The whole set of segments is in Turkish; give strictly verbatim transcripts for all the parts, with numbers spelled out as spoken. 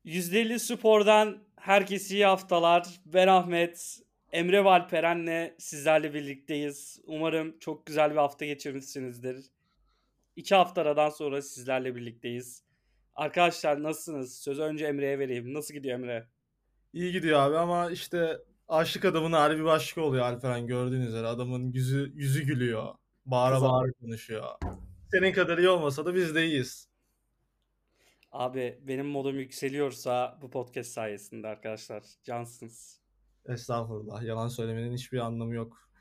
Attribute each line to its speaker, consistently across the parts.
Speaker 1: yüzde elli Spor'dan herkese iyi haftalar. Ben Ahmet, Emre ve Alperen'le sizlerle birlikteyiz. Umarım çok güzel bir hafta geçirmişsinizdir. İki hafta aradan sonra sizlerle birlikteyiz. Arkadaşlar nasılsınız? Sözü önce Emre'ye vereyim. Nasıl gidiyor Emre?
Speaker 2: İyi gidiyor abi ama işte aşık adamın hali bir başka oluyor Alperen, gördüğünüz üzere. Adamın yüzü yüzü gülüyor. Bağıra
Speaker 1: Kıza.
Speaker 2: bağıra konuşuyor. Senin kadar iyi olmasa da biz de iyiyiz.
Speaker 1: Abi benim modum yükseliyorsa bu podcast sayesinde arkadaşlar. Cansınız.
Speaker 2: Estağfurullah. Yalan söylemenin hiçbir anlamı yok.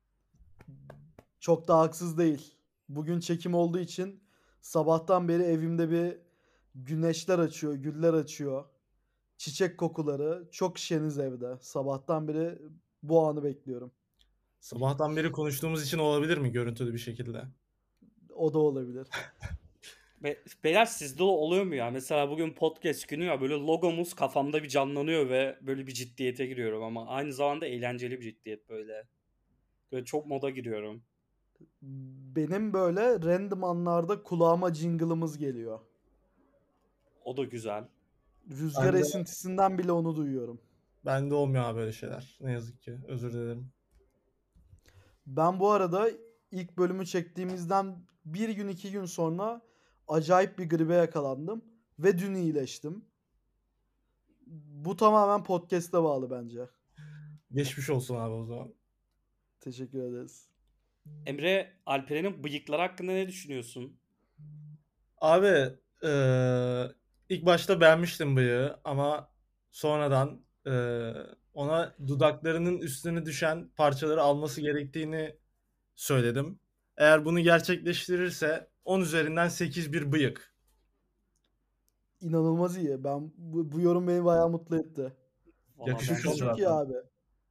Speaker 3: Çok da haksız değil. Bugün çekim olduğu için sabahtan beri evimde bir güneşler açıyor, güller açıyor. Çiçek kokuları. Çok şeniz evde. Sabahtan beri bu anı bekliyorum.
Speaker 2: Sabahtan beri konuştuğumuz için olabilir mi görüntülü bir şekilde?
Speaker 3: O da olabilir.
Speaker 1: Be beyler sizde o oluyor mu ya? Mesela bugün podcast günü ya böyle logomuz kafamda bir canlanıyor ve böyle bir ciddiyete giriyorum ama aynı zamanda eğlenceli bir ciddiyet böyle. Böyle çok moda giriyorum.
Speaker 3: Benim böyle random anlarda kulağıma jingle'ımız geliyor.
Speaker 1: O da güzel.
Speaker 3: Rüzgar
Speaker 2: Ben de,
Speaker 3: esintisinden bile onu duyuyorum.
Speaker 2: ben de olmuyor abi böyle şeyler. Ne yazık ki. Özür dilerim.
Speaker 3: Ben bu arada ilk bölümü çektiğimizden bir gün iki gün sonra acayip bir gribe yakalandım ve dün iyileştim. Bu tamamen podcast'e bağlı bence.
Speaker 2: Geçmiş olsun abi o zaman.
Speaker 3: Teşekkür ederiz.
Speaker 1: Emre, Alperen'in bıyıkları hakkında ne düşünüyorsun?
Speaker 2: Abi eee, ilk başta beğenmiştim bıyığı ama sonradan eee, ona dudaklarının üstüne düşen parçaları alması gerektiğini söyledim. Eğer bunu gerçekleştirirse on üzerinden sekiz bir bıyık.
Speaker 3: İnanılmaz iyi. Ben bu, bu yorum beni bayağı mutlu etti.
Speaker 1: Valla
Speaker 2: Yakışmış
Speaker 3: Çünkü
Speaker 1: bence
Speaker 2: oldu
Speaker 1: de.
Speaker 3: çok iyi
Speaker 2: zaten.
Speaker 3: abi.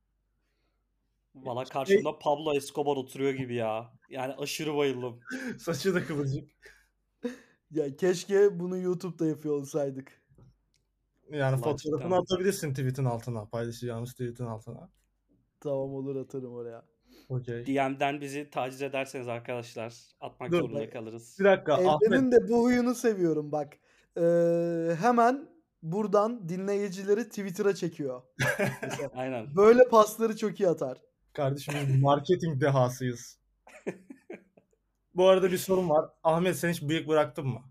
Speaker 1: Valla
Speaker 2: Şey,
Speaker 1: karşımda Pablo Escobar oturuyor gibi ya. Yani aşırı bayıldım.
Speaker 2: saçı da kıvırcık.
Speaker 3: Ya keşke bunu YouTube'da yapıyor olsaydık.
Speaker 2: Yani
Speaker 1: Valla
Speaker 2: fotoğrafını
Speaker 1: cidden.
Speaker 2: atabilirsin tweet'in altına. Paylaşacağımız tweet'in altına.
Speaker 3: Tamam, olur, atarım oraya.
Speaker 2: Okey.
Speaker 1: D M'den bizi taciz ederseniz arkadaşlar atmak
Speaker 2: Dur.
Speaker 1: zorunda kalırız.
Speaker 2: Bir dakika Ahmet.
Speaker 3: Emre'nin de bu huyunu seviyorum bak. Ee, hemen buradan dinleyicileri Twitter'a çekiyor. Mesela
Speaker 1: Aynen.
Speaker 3: böyle pasları çok iyi atar.
Speaker 2: Kardeşim biz marketing dehasıyız. Bu arada bir sorun var. Ahmet sen hiç bıyık bıraktın mı?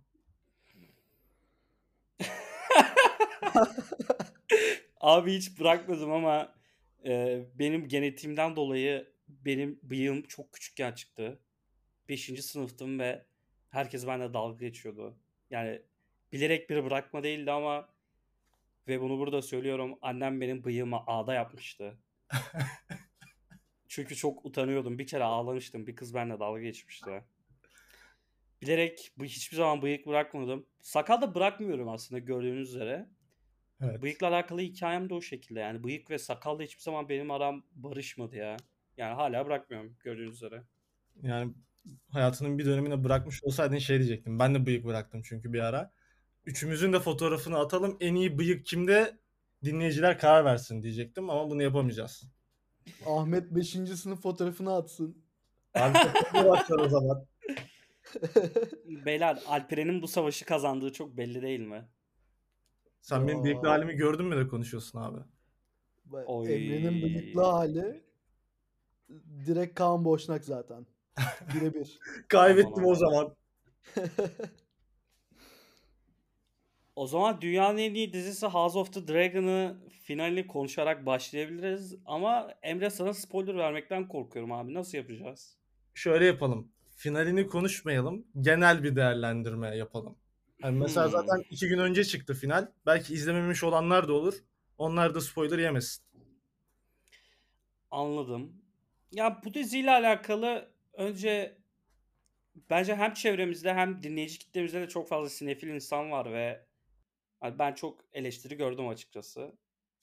Speaker 1: Abi hiç bırakmadım ama e, benim genetiğimden dolayı benim bıyığım çok küçükken çıktı. Beşinci sınıftım ve herkes benimle dalga geçiyordu. Yani bilerek bir bırakma değildi ama ve bunu burada söylüyorum, annem benim bıyığımı ağda yapmıştı. Çünkü çok utanıyordum. Bir kere ağlamıştım. Bir kız benimle dalga geçmişti. Bilerek bu hiçbir zaman bıyık bırakmadım. Sakal da bırakmıyorum aslında gördüğünüz üzere.
Speaker 2: Evet.
Speaker 1: Bıyıkla alakalı hikayem de o şekilde. Yani bıyık ve sakalla hiçbir zaman benim aram barışmadı ya. Yani hala bırakmıyorum gördüğünüz üzere.
Speaker 2: Yani hayatının bir döneminde bırakmış olsaydın şey diyecektim. Ben de bıyık bıraktım çünkü bir ara. Üçümüzün de fotoğrafını atalım. En iyi bıyık kimde? Dinleyiciler karar versin diyecektim ama bunu yapamayacağız.
Speaker 3: Ahmet beşinci sınıf fotoğrafını atsın.
Speaker 2: Abi fotoğrafına başlar o zaman.
Speaker 1: Beyler, Alperen'in bu savaşı kazandığı çok belli değil mi?
Speaker 2: Sen benim bıyıklı
Speaker 3: Ya,
Speaker 2: halimi gördün mü de konuşuyorsun abi.
Speaker 3: bak, Emre'nin bıyıklı
Speaker 1: Oy.
Speaker 3: hali direkt Kaan Boşnak zaten. Birebir.
Speaker 1: Aman
Speaker 2: Kaybettim o
Speaker 1: aman.
Speaker 2: zaman.
Speaker 1: O zaman dünyanın en iyi dizisi House of the Dragon'ı finalini konuşarak başlayabiliriz. Ama Emre, sana spoiler vermekten korkuyorum abi. Nasıl yapacağız?
Speaker 2: Şöyle yapalım. Finalini konuşmayalım. Genel bir değerlendirme yapalım. Hani mesela
Speaker 1: Hmm,
Speaker 2: zaten iki gün önce çıktı final. Belki izlememiş olanlar da olur. Onlar da spoiler yemesin.
Speaker 1: anladım. Ya bu diziyle alakalı önce bence hem çevremizde hem dinleyici kitlemizde de çok fazla sinefil insan var ve hani ben çok eleştiri gördüm açıkçası.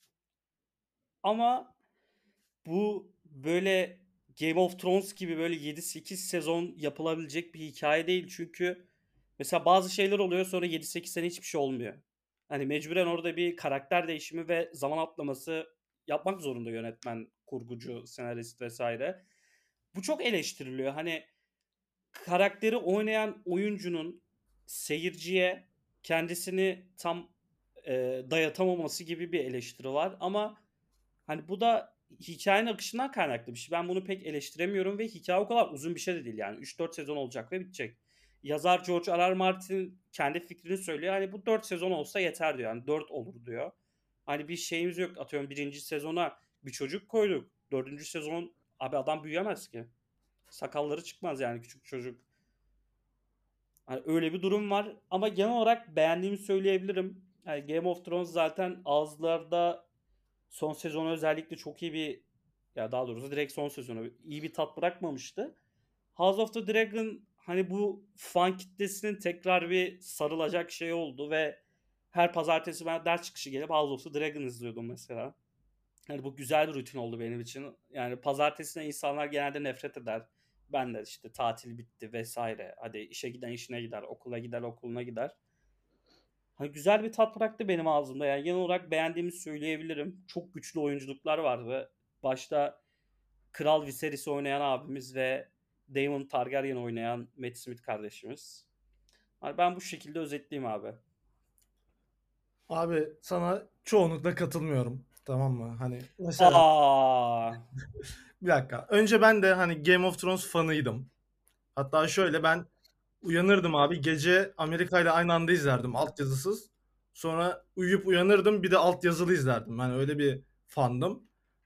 Speaker 1: Ama bu böyle Game of Thrones gibi böyle yedi sekiz sezon yapılabilecek bir hikaye değil. Çünkü mesela bazı şeyler oluyor, sonra yedi sekiz sene hiçbir şey olmuyor. Hani mecburen orada bir karakter değişimi ve zaman atlaması yapmak zorunda yönetmen, kurgucu, senarist vesaire. Bu çok eleştiriliyor. Hani karakteri oynayan oyuncunun seyirciye kendisini tam e, dayatamaması gibi bir eleştiri var. Ama hani bu da hikayenin akışından kaynaklı bir şey. Ben bunu pek eleştiremiyorum ve hikaye o kadar uzun bir şey de değil yani. üç dört sezon olacak ve bitecek. Yazar George R. R. Martin kendi fikrini söylüyor. Hani bu dört sezon olsa yeter diyor. Yani dört olur diyor. Hani bir şeyimiz yok. Atıyorum birinci sezona bir çocuk koyduk. Dördüncü sezon abi adam büyüyemez ki. Sakalları çıkmaz yani küçük çocuk. Hani öyle bir durum var. Ama genel olarak beğendiğimi söyleyebilirim. Yani Game of Thrones zaten ağızlarda son sezonu özellikle çok iyi bir, ya daha doğrusu direkt son sezonu iyi bir tat bırakmamıştı. House of the Dragon hani bu fan kitlesinin tekrar bir sarılacak şey oldu ve her pazartesi ben ders çıkışı gelip House of the Dragon izliyordum mesela. Yani bu güzel bir rutin oldu benim için. Yani pazartesine insanlar genelde nefret eder. Ben de işte tatil bitti vesaire. Hadi işe giden işine gider, okula gider, okuluna gider. Hani güzel bir tat bıraktı benim ağzımda. Yani genel olarak beğendiğimi söyleyebilirim. Çok güçlü oyunculuklar vardı. Başta Kral Viserys'i oynayan abimiz ve Daemon Targaryen oynayan Matt Smith kardeşimiz. Hani ben bu şekilde özetleyeyim abi.
Speaker 2: Abi sana çoğunlukla katılmıyorum. Tamam mı? Hani mesela
Speaker 1: Aa,
Speaker 2: bir dakika. Önce ben de hani Game of Thrones fanıydım. Hatta şöyle ben uyanırdım abi. Gece Amerika ile aynı anda izlerdim altyazısız. Sonra uyuyup uyanırdım bir de altyazılı izlerdim. Ben öyle bir fandım.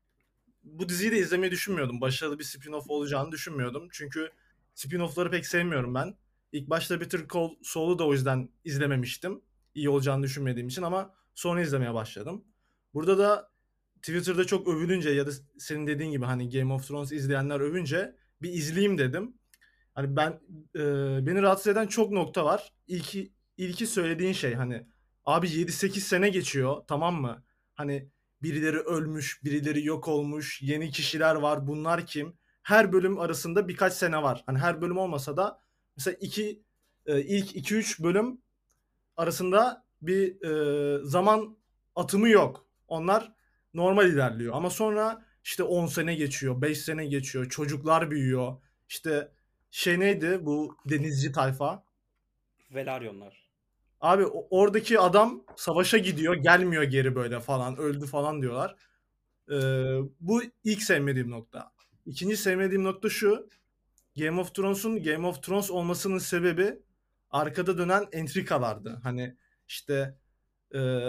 Speaker 2: Bu diziyi de izlemeyi düşünmüyordum. Başarılı bir spin-off olacağını düşünmüyordum. Çünkü spin-off'ları pek sevmiyorum ben. İlk başta Better Call Saul'u da o yüzden izlememiştim. İyi olacağını düşünmediğim için ama sonra izlemeye başladım. Burada da Twitter'da çok övülünce ya da senin dediğin gibi hani Game of Thrones izleyenler övünce bir izleyeyim dedim. Hani ben e, beni rahatsız eden çok nokta var. İlki ilki söylediğin şey hani abi yedi sekiz sene geçiyor tamam mı? Hani birileri ölmüş, birileri yok olmuş, yeni kişiler var. Bunlar kim? Her bölüm arasında birkaç sene var. Hani her bölüm olmasa da mesela iki e, ilk iki üç bölüm arasında bir e, zaman atımı yok. Onlar normal ilerliyor. Ama sonra işte on sene geçiyor, beş sene geçiyor, çocuklar büyüyor. İşte şey neydi bu denizci tayfa?
Speaker 1: Velaryonlar.
Speaker 2: Abi o- oradaki adam savaşa gidiyor, gelmiyor geri böyle falan, öldü falan diyorlar. Ee, bu ilk sevmediğim nokta. İkinci sevmediğim nokta şu. Game of Thrones'un Game of Thrones olmasının sebebi arkada dönen entrikalardı. Hani işte e,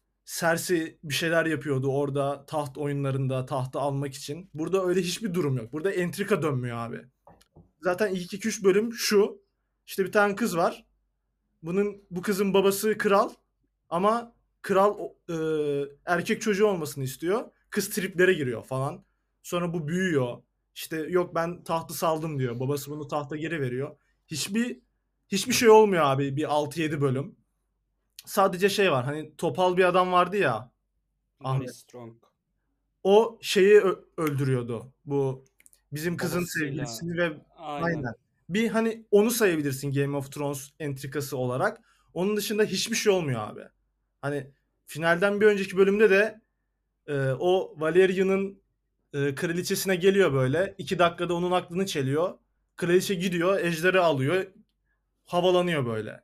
Speaker 2: Cersei bir şeyler yapıyordu orada taht oyunlarında tahtı almak için. Burada öyle hiçbir durum yok. Burada entrika dönmüyor abi. Zaten ilk iki üç bölüm şu. İşte bir tane kız var. Bunun bu kızın babası kral ama kral e, erkek çocuğu olmasını istiyor. Kız triplere giriyor falan. Sonra bu büyüyor. İşte yok ben tahtı saldım diyor. Babası bunu tahta geri veriyor. Hiçbir hiçbir şey olmuyor abi bir altı yedi bölüm. Sadece şey var. Hani topal bir adam vardı ya
Speaker 1: Larry
Speaker 2: Ahmet.
Speaker 1: Strong.
Speaker 2: O şeyi ö- öldürüyordu. Bu bizim kızın
Speaker 1: Babasıyla.
Speaker 2: sevgilisini ve
Speaker 1: Aynen.
Speaker 2: aynen. Bir hani onu sayabilirsin Game of Thrones entrikası olarak. Onun dışında hiçbir şey olmuyor abi. Hani finalden bir önceki bölümde de e, o Valerian'ın e, kraliçesine geliyor böyle. iki dakikada onun aklını çeliyor. Kraliçe gidiyor, ejderi alıyor, havalanıyor böyle.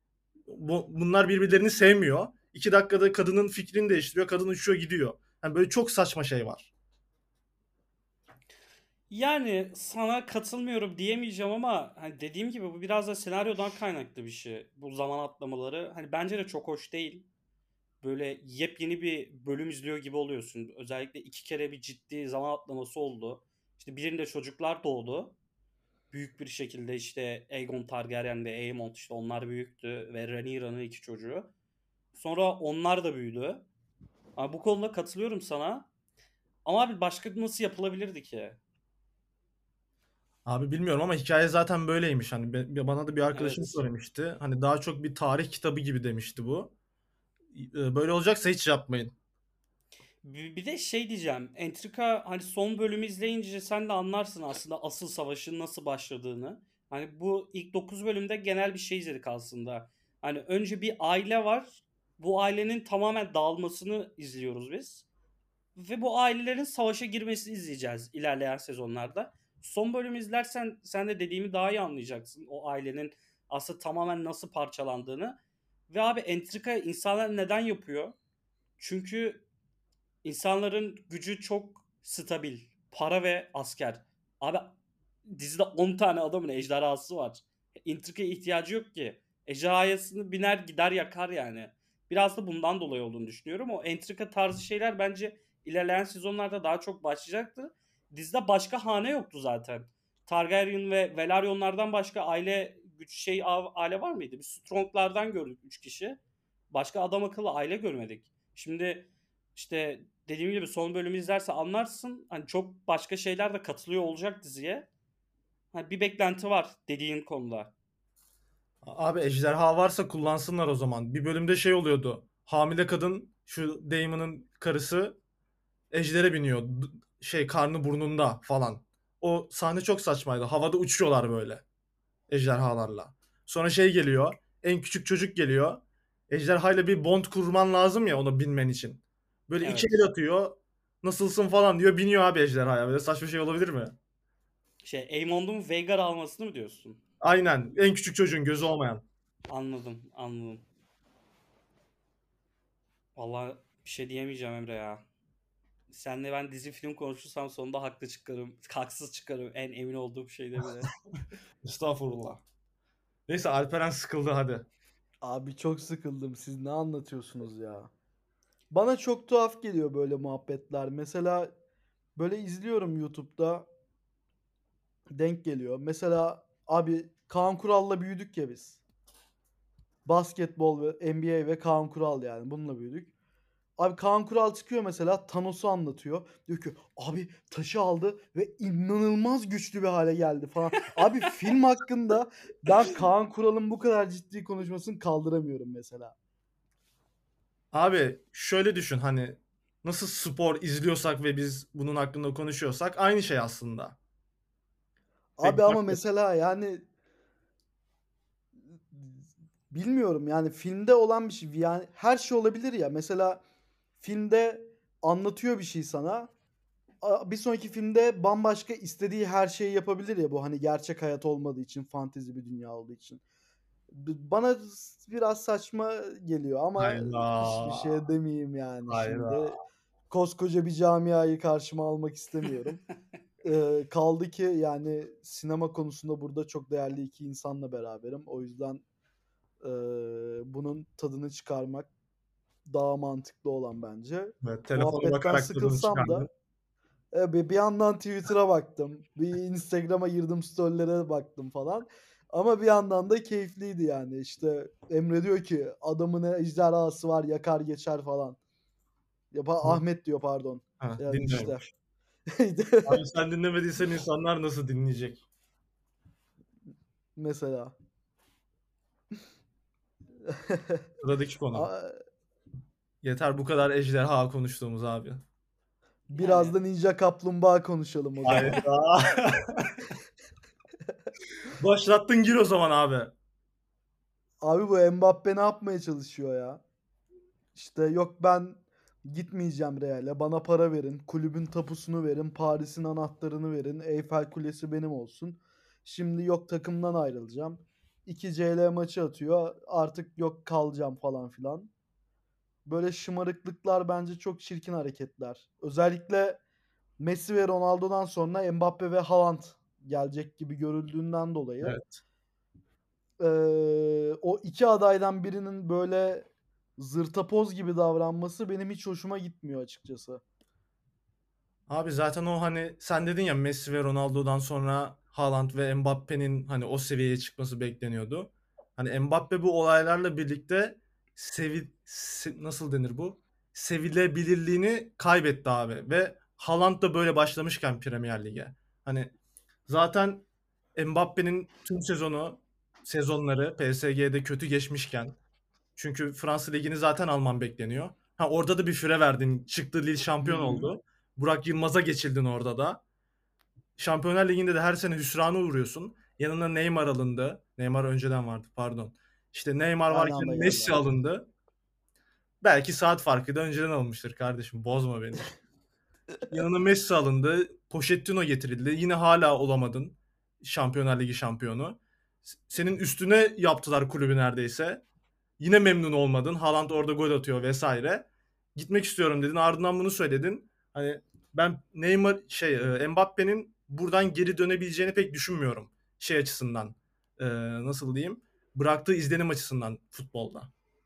Speaker 2: Bu, bunlar birbirlerini sevmiyor. iki dakikada kadının fikrini değiştiriyor, kadın uçuyor gidiyor. Yani böyle çok saçma şey var.
Speaker 1: Yani sana katılmıyorum diyemeyeceğim ama hani dediğim gibi bu biraz da senaryodan kaynaklı bir şey. Bu zaman atlamaları hani bence de çok hoş değil. Böyle yepyeni bir bölüm izliyor gibi oluyorsun. Özellikle iki kere bir ciddi zaman atlaması oldu. İşte birinde çocuklar doğdu. Büyük bir şekilde işte Aegon Targaryen ve Aemond işte onlar büyüktü ve Rhaenyra'nın iki çocuğu. Sonra onlar da büyüdü. Ama bu konuda katılıyorum sana. Ama abi başka nasıl yapılabilirdi ki?
Speaker 2: Abi bilmiyorum ama hikaye zaten böyleymiş. Hani be- bana da bir arkadaşım
Speaker 1: Evet.
Speaker 2: söylemişti. Hani daha çok bir tarih kitabı gibi demişti bu. Ee, Böyle olacaksa hiç yapmayın.
Speaker 1: Bir bir de şey diyeceğim. Entrika hani son bölümü izleyince sen de anlarsın aslında asıl savaşın nasıl başladığını. Hani bu ilk dokuz bölümde genel bir şey izledik aslında. Hani önce bir aile var. Bu ailenin tamamen dağılmasını izliyoruz biz. Ve bu ailelerin savaşa girmesini izleyeceğiz ilerleyen sezonlarda. Son bölümü izlersen sen de dediğimi daha iyi anlayacaksın. O ailenin aslında tamamen nasıl parçalandığını. Ve abi entrika insanlar neden yapıyor? Çünkü insanların gücü çok stabil. Para ve asker. Abi dizide on tane adamın ejderhası var. Entrikaya ihtiyacı yok ki. Ejderhasını biner gider yakar yani. Biraz da bundan dolayı olduğunu düşünüyorum. O entrika tarzı şeyler bence ilerleyen sezonlarda daha çok başlayacaktı. Dizide başka hane yoktu zaten. Targaryen ve Velaryonlardan başka aile güç şey aile var mıydı? Biz Strong'lardan gördük üç kişi. Başka adam akıllı aile görmedik. Şimdi işte dediğim gibi son bölümü izlerse anlarsın. Hani çok başka şeyler de katılıyor olacak diziye. Hani bir beklenti var dediğin konuda.
Speaker 2: Abi ejderha varsa kullansınlar o zaman. Bir bölümde şey oluyordu. Hamile kadın, şu Daemon'ın karısı ejdere biniyor. D- Şey, karnı burnunda falan. O sahne çok saçmaydı. Havada uçuyorlar böyle ejderhalarla. Sonra şey geliyor. En küçük çocuk geliyor. Ejderhayla bir bond kurman lazım ya ona binmen için. Böyle iki
Speaker 1: Evet.
Speaker 2: el atıyor. Nasılsın falan diyor. Biniyor abi ejderhaya. Böyle saçma şey olabilir mi?
Speaker 1: Şey Aemon'un Vhagar almasını mı diyorsun?
Speaker 2: Aynen. En küçük çocuğun, gözü olmayan.
Speaker 1: Anladım, anladım. Vallahi bir şey diyemeyeceğim Emre ya. Senle ben dizi film konuşursam sonunda haklı çıkarım. Haksız çıkarım. En emin olduğum şeyde bile.
Speaker 2: Estağfurullah. Neyse Alperen sıkıldı hadi.
Speaker 3: Abi çok sıkıldım. Siz ne anlatıyorsunuz ya? Bana çok tuhaf geliyor böyle muhabbetler. Mesela böyle izliyorum YouTube'da, denk geliyor. Mesela abi Kaan Kural'la büyüdük ya biz. Basketbol ve N B A ve Kaan Kural, yani bununla büyüdük. Abi Kaan Kural çıkıyor mesela, Thanos'u anlatıyor. Diyor ki abi taşı aldı ve inanılmaz güçlü bir hale geldi falan. Abi film hakkında ben Kaan Kural'ın bu kadar ciddi konuşmasını kaldıramıyorum mesela.
Speaker 2: Abi şöyle düşün, hani nasıl spor izliyorsak ve biz bunun hakkında konuşuyorsak aynı şey aslında. Pek
Speaker 3: Abi ama
Speaker 2: fark yok.
Speaker 3: mesela yani bilmiyorum, yani filmde olan bir şey, yani her şey olabilir ya. Mesela filmde anlatıyor bir şey sana. A- Bir sonraki filmde bambaşka istediği her şeyi yapabilir ya, bu hani gerçek hayat olmadığı için, fantezi bir dünya olduğu için. B- Bana biraz saçma geliyor ama
Speaker 2: Hayda.
Speaker 3: hiçbir şey demeyeyim yani
Speaker 2: Hayda.
Speaker 3: şimdi. Koskoca bir camiayı karşıma almak istemiyorum. Ee, kaldı ki yani sinema konusunda burada çok değerli iki insanla beraberim. O yüzden e, bunun tadını çıkarmak daha mantıklı olan bence.
Speaker 2: Evet, telefona
Speaker 3: Muhabbetten
Speaker 2: bakarak tadını
Speaker 3: sıkılsam
Speaker 2: çıkardın.
Speaker 3: da e, bir bir yandan Twitter'a baktım. Bir Instagram'a girdim, story'lere baktım falan. Ama bir yandan da keyifliydi yani. İşte Emre diyor ki adamın ejderhası var, yakar geçer falan. Ya, pa- Ahmet diyor, pardon.
Speaker 2: Ha,
Speaker 3: Yani işte.
Speaker 2: dinlememiş. Abi sen dinlemediysen insanlar nasıl dinleyecek?
Speaker 3: Mesela.
Speaker 2: Sıradaki konu.
Speaker 3: A-
Speaker 2: Yeter bu kadar ejderha konuştuğumuz abi.
Speaker 3: Biraz
Speaker 1: Yani
Speaker 3: da Ninja Kaplumbağa konuşalım o zaman.
Speaker 2: Hayda. Başlattın, gir o zaman abi.
Speaker 3: Abi bu Mbappe ne yapmaya çalışıyor ya? İşte yok ben gitmeyeceğim Real'e. Bana para verin. Kulübün tapusunu verin. Paris'in anahtarını verin. Eyfel Kulesi benim olsun. Şimdi yok takımdan ayrılacağım. iki C L maçı atıyor. Artık yok kalacağım falan filan. Böyle şımarıklıklar bence çok çirkin hareketler. Özellikle Messi ve Ronaldo'dan sonra Mbappe ve Haaland gelecek gibi görüldüğünden dolayı.
Speaker 2: Evet.
Speaker 3: Eee, o iki adaydan birinin böyle zırtapoz gibi davranması benim hiç hoşuma gitmiyor açıkçası.
Speaker 2: Abi zaten o, hani sen dedin ya, Messi ve Ronaldo'dan sonra Haaland ve Mbappe'nin hani o seviyeye çıkması bekleniyordu. Hani Mbappe bu olaylarla birlikte sevi se- nasıl denir bu? Sevilebilirliğini kaybetti abi ve Haaland da böyle başlamışken Premier Lig'e. Hani zaten Mbappe'nin tüm sezonu sezonları P S G'de kötü geçmişken, çünkü Fransa Ligi'ni zaten alman bekleniyor. Ha, orada da bir süre verdin. Çıktı, Lille
Speaker 3: Hı
Speaker 2: şampiyon
Speaker 3: hı.
Speaker 2: oldu. Burak Yılmaz'a geçildin orada da. Şampiyonlar Ligi'nde de her sene hüsrana uğruyorsun. Yanına Neymar alındı. Neymar önceden vardı, pardon. İşte Neymar
Speaker 3: Aynı anda
Speaker 2: varken
Speaker 3: geldi
Speaker 2: Messi
Speaker 3: abi.
Speaker 2: alındı. Belki saat farkı da önceden alınmıştır kardeşim. Bozma beni. Yanına Messi alındı. Pochettino getirildi. Yine hala olamadın Şampiyonlar Ligi şampiyonu. S- Senin üstüne yaptılar kulübü neredeyse. Yine memnun olmadın. Haaland orada gol atıyor vesaire. Gitmek istiyorum dedin. Ardından bunu söyledin. Hani ben Neymar şey e, Mbappe'nin buradan geri dönebileceğini pek düşünmüyorum. Şey açısından. E, nasıl diyeyim? Bıraktığı izlenim açısından futbolda.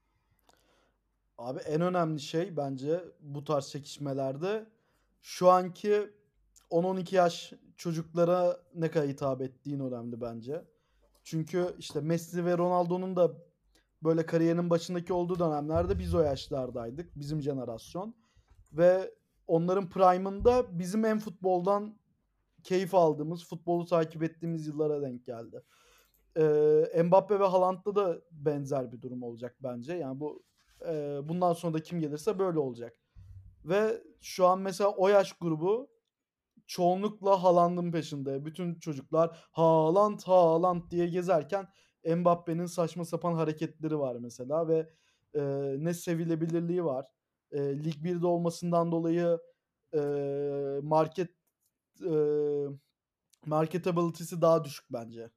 Speaker 3: Abi en önemli şey bence bu tarz çekişmelerde şu anki on on iki yaş çocuklara ne kadar hitap ettiğin önemli bence. Çünkü işte Messi ve Ronaldo'nun da böyle kariyerinin başındaki olduğu dönemlerde biz o yaşlardaydık. Bizim jenerasyon. Ve onların prime'ında bizim en futboldan keyif aldığımız, futbolu takip ettiğimiz yıllara denk geldi. Ee, Mbappe ve Haaland'da da benzer bir durum olacak bence. Yani bu e, bundan sonra da kim gelirse böyle olacak. Ve şu an mesela o yaş grubu çoğunlukla Haaland'ın peşinde. Bütün çocuklar Haaland Haaland diye gezerken Mbappe'nin saçma sapan hareketleri var mesela ve e, ne sevilebilirliği var. E, Lig birde olmasından dolayı e, market e, marketability'si daha düşük bence.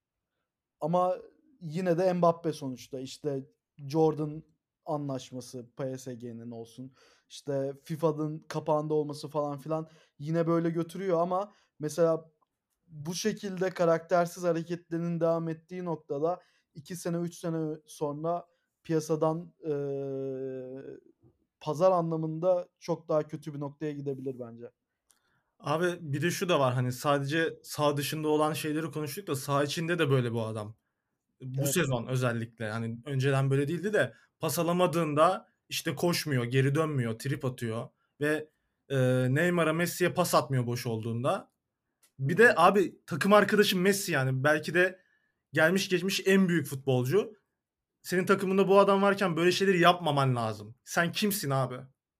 Speaker 3: Ama yine de Mbappe sonuçta. İşte Jordan anlaşması P S G'nin olsun. İşte FIFA'nın kapağında olması falan filan yine böyle götürüyor ama mesela bu şekilde karaktersiz hareketlerinin devam ettiği noktada iki sene üç sene sonra piyasadan eee, pazar anlamında çok daha kötü bir noktaya gidebilir bence.
Speaker 2: Abi bir de şu da var, hani sadece sağ dışında olan şeyleri konuştuk da sağ içinde de böyle bu adam. Bu
Speaker 3: Evet.
Speaker 2: sezon özellikle, hani önceden böyle değildi de pas alamadığında işte koşmuyor, geri dönmüyor, trip atıyor ve e, Neymar'a, Messi'ye pas atmıyor boş olduğunda. Bir de abi takım arkadaşı Messi, yani belki de gelmiş geçmiş en büyük futbolcu. Senin takımında bu adam varken böyle şeyleri yapmaman lazım. Sen kimsin abi?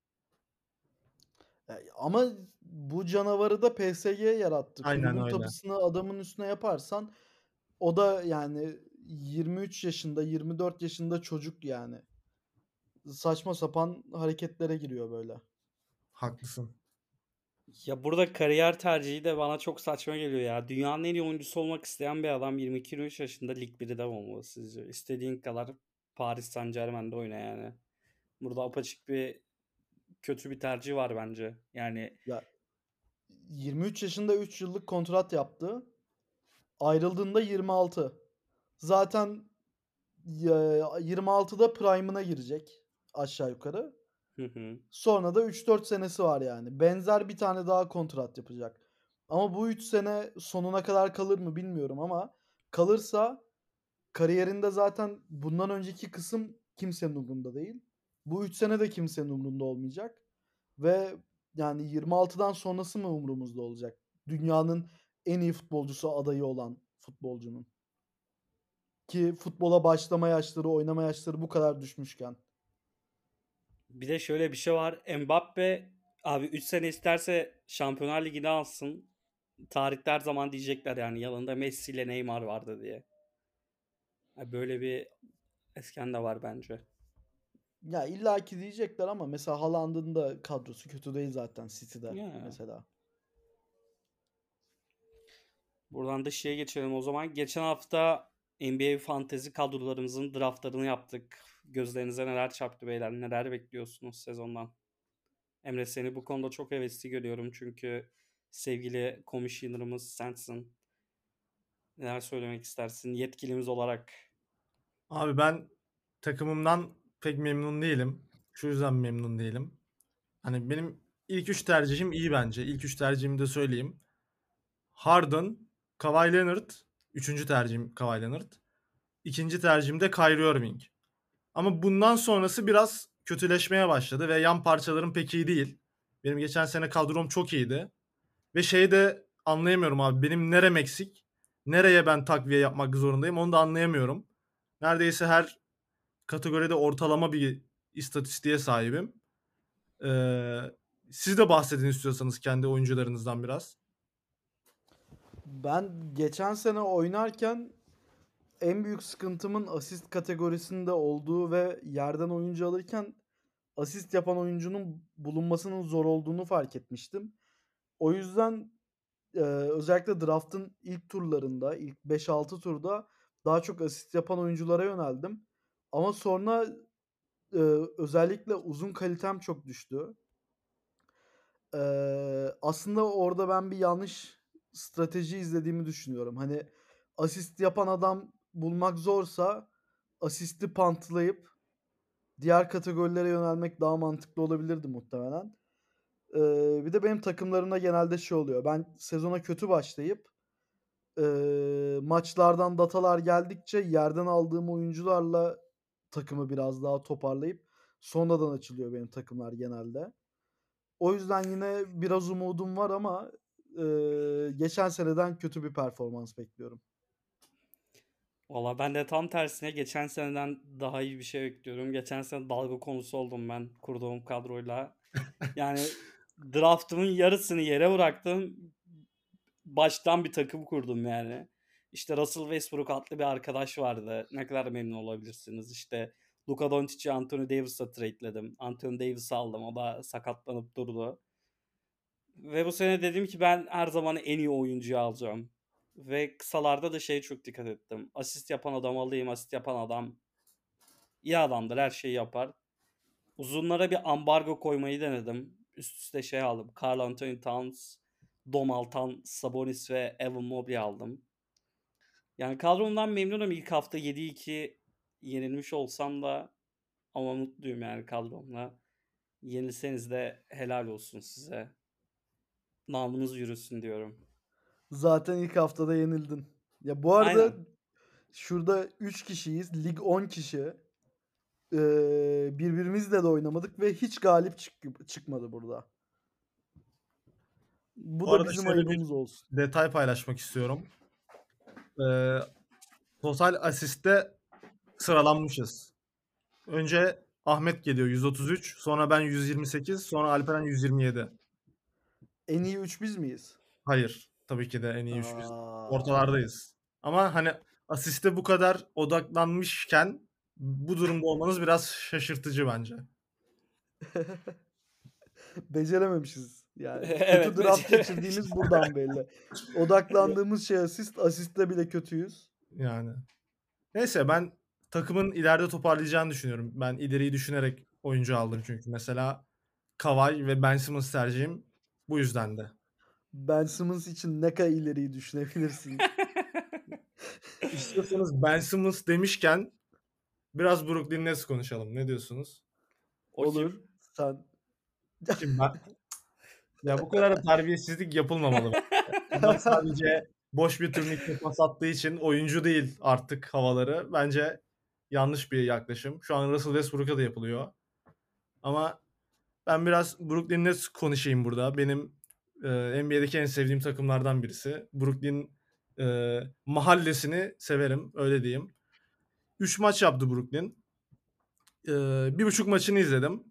Speaker 3: Ya, ama bu canavarı da P S G yarattı.
Speaker 2: Aynen
Speaker 3: Kulübün
Speaker 2: öyle.
Speaker 3: tapısını adamın üstüne yaparsan o da yani yirmi üç yaşında, yirmi dört yaşında çocuk yani. Saçma sapan hareketlere giriyor böyle.
Speaker 2: Haklısın.
Speaker 1: Ya burada kariyer tercihi de bana çok saçma geliyor ya. Dünyanın en iyi oyuncusu olmak isteyen bir adam yirmi iki yirmi üç yaşında Lig birde olmalı sizce? İstediğin kadar Paris Saint-Germain'de oyna yani. Burada apaçık bir kötü bir tercih var bence. Yani
Speaker 3: Ya yirmi üç yaşında üç yıllık kontrat yaptı. Ayrıldığında yirmi altı. Zaten ya, yirmi altıda prime'ına girecek aşağı yukarı.
Speaker 1: hı hı.
Speaker 3: Sonra da üç dört senesi var yani. Benzer bir tane daha kontrat yapacak. Ama bu üç sene sonuna kadar kalır mı bilmiyorum ama kalırsa kariyerinde zaten bundan önceki kısım kimsenin umurunda değil. Bu üç sene de kimsenin umurunda olmayacak. Ve yani yirmi altıdan sonrası mı umurumuzda olacak? Dünyanın en iyi futbolcusu adayı olan futbolcunun. Ki futbola başlama yaşları, oynama yaşları bu kadar düşmüşken.
Speaker 1: Bir de şöyle bir şey var. Mbappe abi üç sene isterse Şampiyonlar Ligi'ni alsın. Tarihte her zaman diyecekler yani yanında Messi ile Neymar vardı diye. Yani böyle bir esken de var bence.
Speaker 3: Ya illaki diyecekler ama mesela Haaland'ın da kadrosu kötü değil zaten City'de
Speaker 1: Ya.
Speaker 3: mesela.
Speaker 1: Buradan da şeye geçelim o zaman. Geçen hafta N B A fantezi kadrolarımızın draftlarını yaptık. Gözlerinize neler çarptı beyler? Neler bekliyorsunuz sezondan? Emre seni bu konuda çok hevesli görüyorum çünkü sevgili commissioner'ımız sensin. Neler söylemek istersin yetkilimiz olarak?
Speaker 2: Abi ben takımımdan pek memnun değilim. Şu yüzden memnun değilim. Hani benim ilk üç tercihim iyi bence. İlk üç tercihimi de söyleyeyim. Harden, Kawhi Leonard. Üçüncü tercihim Kawhi Leonard. İkinci tercihim de Kyrie Irving. Ama bundan sonrası biraz kötüleşmeye başladı ve yan parçalarım pek iyi değil. Benim geçen sene kadrom çok iyiydi. Ve şeyi de anlayamıyorum abi. Benim nerem eksik? Nereye ben takviye yapmak zorundayım? Onu da anlayamıyorum. Neredeyse her kategoride ortalama bir istatistiğe sahibim. Ee, siz de bahsedin istiyorsanız kendi oyuncularınızdan biraz.
Speaker 3: Ben geçen sene oynarken en büyük sıkıntımın asist kategorisinde olduğu ve yerden oyuncu alırken asist yapan oyuncunun bulunmasının zor olduğunu fark etmiştim. O yüzden e, özellikle draft'ın ilk turlarında, ilk beş altı turda daha çok asist yapan oyunculara yöneldim. Ama sonra e, özellikle uzun kalitem çok düştü. E, aslında orada ben bir yanlış strateji izlediğimi düşünüyorum. Hani asist yapan adam bulmak zorsa asisti pantlayıp diğer kategorilere yönelmek daha mantıklı olabilirdi muhtemelen. Ee, bir de benim takımlarımda genelde şey oluyor. Ben sezona kötü başlayıp ee, maçlardan datalar geldikçe yerden aldığım oyuncularla takımı biraz daha toparlayıp sonradan açılıyor benim takımlar genelde. O yüzden yine biraz umudum var ama ee, geçen seneden kötü bir performans bekliyorum.
Speaker 1: Valla ben de tam tersine geçen seneden daha iyi bir şey bekliyorum. Geçen sene dalga konusu oldum ben kurduğum kadroyla. Yani draftımın yarısını yere bıraktım. Baştan bir takım kurdum yani. İşte Russell Westbrook adlı bir arkadaş vardı. Ne kadar memnun olabilirsiniz. İşte Luka Doncic'i Anthony Davis'a trade'ledim. Anthony Davis'i aldım. O da sakatlanıp durdu. Ve bu sene dedim ki ben her zaman en iyi oyuncuyu alacağım. Ve kısalarda da şeye çok dikkat ettim. Asist yapan adam alayım. Asist yapan adam iyi adamdır. Her şeyi yapar. Uzunlara bir ambargo koymayı denedim. Üst üste şey aldım. Karl Anthony Towns, Dom Altan, Sabonis ve Evan Mobley aldım. Yani kadromdan memnunum. İlk hafta yedi iki yenilmiş olsam da ama mutluyum yani kadromla. Yenilseniz de helal olsun size. Namınız yürüsün diyorum.
Speaker 3: Zaten ilk haftada yenildin. Ya bu arada
Speaker 1: Aynen.
Speaker 3: şurada üç kişiyiz. Lig on kişi. Ee, birbirimizle de oynamadık ve hiç galip çık- çıkmadı burada. Bu
Speaker 2: Bu
Speaker 3: da
Speaker 2: arada
Speaker 3: bizim
Speaker 2: şöyle bir
Speaker 3: ayıbımız olsun.
Speaker 2: detay paylaşmak istiyorum. Ee, total asiste sıralanmışız. Önce Ahmet geliyor yüz otuz üç, sonra ben yüz yirmi sekiz, sonra Alperen yüz yirmi yedi.
Speaker 3: En iyi üç biz miyiz?
Speaker 2: Hayır, tabii ki de en iyi üç biz.
Speaker 3: Aa,
Speaker 2: Ortalardayız. Ama hani asiste bu kadar odaklanmışken bu durumda olmanız biraz şaşırtıcı bence.
Speaker 3: becerememişiz. Yani kötü
Speaker 1: Evet,
Speaker 3: draft
Speaker 1: becere-
Speaker 3: geçirdiğimiz buradan belli. Odaklandığımız şey asist. Asiste bile kötüyüz.
Speaker 2: Yani. Neyse ben takımın ileride toparlayacağını düşünüyorum. Ben ileriyi düşünerek oyuncu aldım çünkü. Mesela Kawhi ve Ben Simmons tercihim bu yüzden de.
Speaker 3: Ben Simmons için ne kadar ileriyi düşünebilirsin.
Speaker 2: İstiyorsanız Ben Simmons demişken biraz Brooklyn Nets konuşalım. Ne diyorsunuz?
Speaker 1: O
Speaker 3: Olur.
Speaker 1: kim?
Speaker 3: Sen
Speaker 2: Kim ben? Ya bu kadar da terbiyesizlik yapılmamalı. Adam sadece boş bir turnike pas attığı için oyuncu değil artık havaları. Bence yanlış bir yaklaşım. Şu an Russell Westbrook'a da yapılıyor. Ama ben biraz Brooklyn Nets konuşayım burada. Benim e, N B A'deki en sevdiğim takımlardan birisi. Brooklyn e, mahallesini severim, öyle diyeyim. Üç maç yaptı Brooklyn. E, bir buçuk maçını izledim.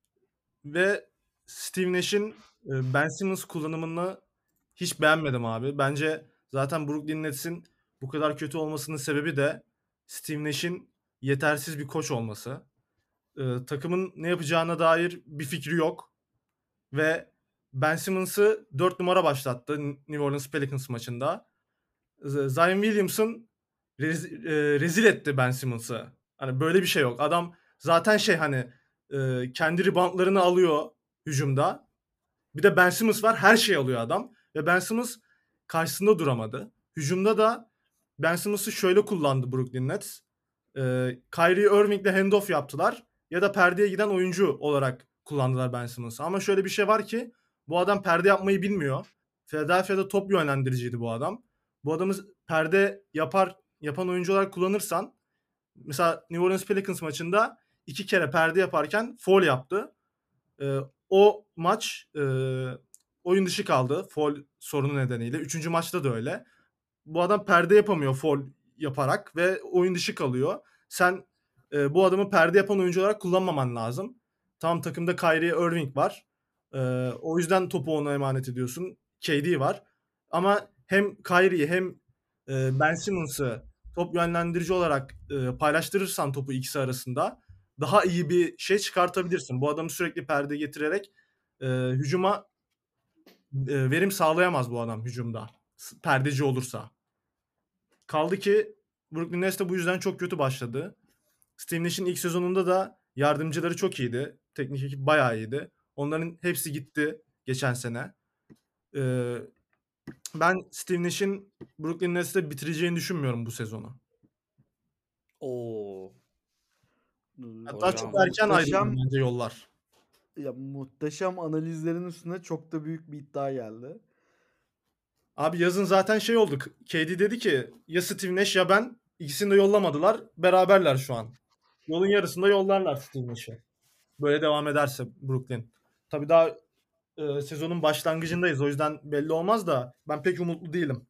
Speaker 2: Ve Steve Nash'in e, Ben Simmons kullanımını hiç beğenmedim abi. Bence zaten Brooklyn Nets'in bu kadar kötü olmasının sebebi de Steve Nash'in yetersiz bir koç olması. E, takımın ne yapacağına dair bir fikri yok. Ve Ben Simmons'ı dört numara başlattı New Orleans Pelicans maçında. Zion Williamson rez- e, rezil etti Ben Simmons'ı. Hani böyle bir şey yok. Adam zaten şey hani e, kendi reboundlarını alıyor hücumda. Bir de Ben Simmons var. Her şeyi alıyor adam. Ve Ben Simmons karşısında duramadı. Hücumda da Ben Simmons'ı şöyle kullandı Brooklyn Nets. E, Kyrie Irving'le handoff yaptılar. Ya da perdeye giden oyuncu olarak kullandılar Ben Simmons'ı. Ama şöyle bir şey var ki bu adam perde yapmayı bilmiyor. Philadelphia'da top yönlendiriciydi bu adam. Bu adamı perde yapar yapan oyuncu olarak kullanırsan mesela New Orleans Pelicans maçında iki kere perde yaparken foul yaptı. Ee, o maç e, oyun dışı kaldı foul sorunu nedeniyle. Üçüncü maçta da öyle. Bu adam perde yapamıyor foul yaparak ve oyun dışı kalıyor. Sen e, bu adamı perde yapan oyuncu olarak kullanmaman lazım. Tam takımda Kyrie Irving var. E, o yüzden topu ona emanet ediyorsun. K D var. Ama hem Kyrie'yi hem e, Ben Simmons'ı top yönlendirici olarak e, paylaştırırsan topu ikisi arasında daha iyi bir şey çıkartabilirsin. Bu adamı sürekli perde getirerek e, hücuma e, verim sağlayamaz bu adam hücumda. Perdeci olursa. Kaldı ki Brooklyn Nets de bu yüzden çok kötü başladı. Steve Nash'in ilk sezonunda da yardımcıları çok iyiydi. Teknik ekip bayağı iyiydi. Onların hepsi gitti geçen sene. Ee, ben Steve Nash'in Brooklyn Nets'te bitireceğini düşünmüyorum bu sezonu.
Speaker 1: Oo.
Speaker 2: Hatta
Speaker 1: Hocam.
Speaker 2: çok erken ayrıldı
Speaker 3: Muhteşem,
Speaker 2: bence yollar.
Speaker 3: ya muhteşem analizlerin üstüne çok da büyük bir iddia geldi.
Speaker 2: Abi yazın zaten şey olduk. K D dedi ki ya Steve Nash ya ben, ikisini de yollamadılar. Beraberler şu an. Yolun yarısında yollarlar Steve Nash'i. Böyle devam ederse Brooklyn. Tabii daha e, sezonun başlangıcındayız. O yüzden belli olmaz da ben pek umutlu değilim.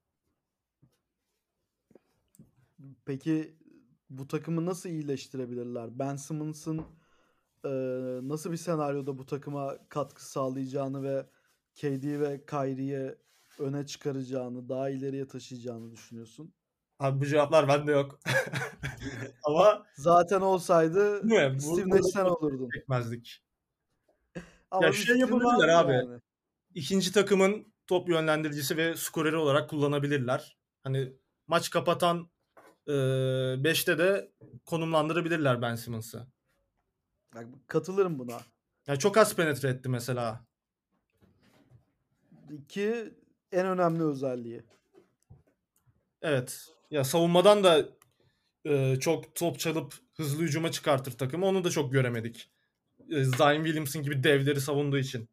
Speaker 3: Peki bu takımı nasıl iyileştirebilirler? Ben Simmons'ın e, nasıl bir senaryoda bu takıma katkı sağlayacağını ve K D ve Kyrie'yi öne çıkaracağını, daha ileriye taşıyacağını düşünüyorsun?
Speaker 2: Abi bu cevaplar bende yok. Ama
Speaker 3: Zaten olsaydı
Speaker 2: değil mi?
Speaker 3: Steve
Speaker 2: Bu,
Speaker 3: Nash
Speaker 2: burada
Speaker 3: sen
Speaker 2: çok
Speaker 3: olurdun.
Speaker 2: çekmezdik.
Speaker 3: Ama
Speaker 2: Ya
Speaker 3: bir
Speaker 2: şey
Speaker 3: fikrin
Speaker 2: yapabilirler
Speaker 3: vardı
Speaker 2: abi.
Speaker 3: yani.
Speaker 2: İkinci takımın top yönlendiricisi ve skoreri olarak kullanabilirler. Hani maç kapatan beşte de konumlandırabilirler Ben Simmons'ı.
Speaker 3: Bak, katılırım buna.
Speaker 2: Ya çok az penetre etti mesela.
Speaker 3: İki en önemli özelliği.
Speaker 2: Evet. Ya savunmadan da e, çok top çalıp hızlı hücuma çıkartır takımı. Onu da çok göremedik. E, Zion Williamson gibi devleri savunduğu için.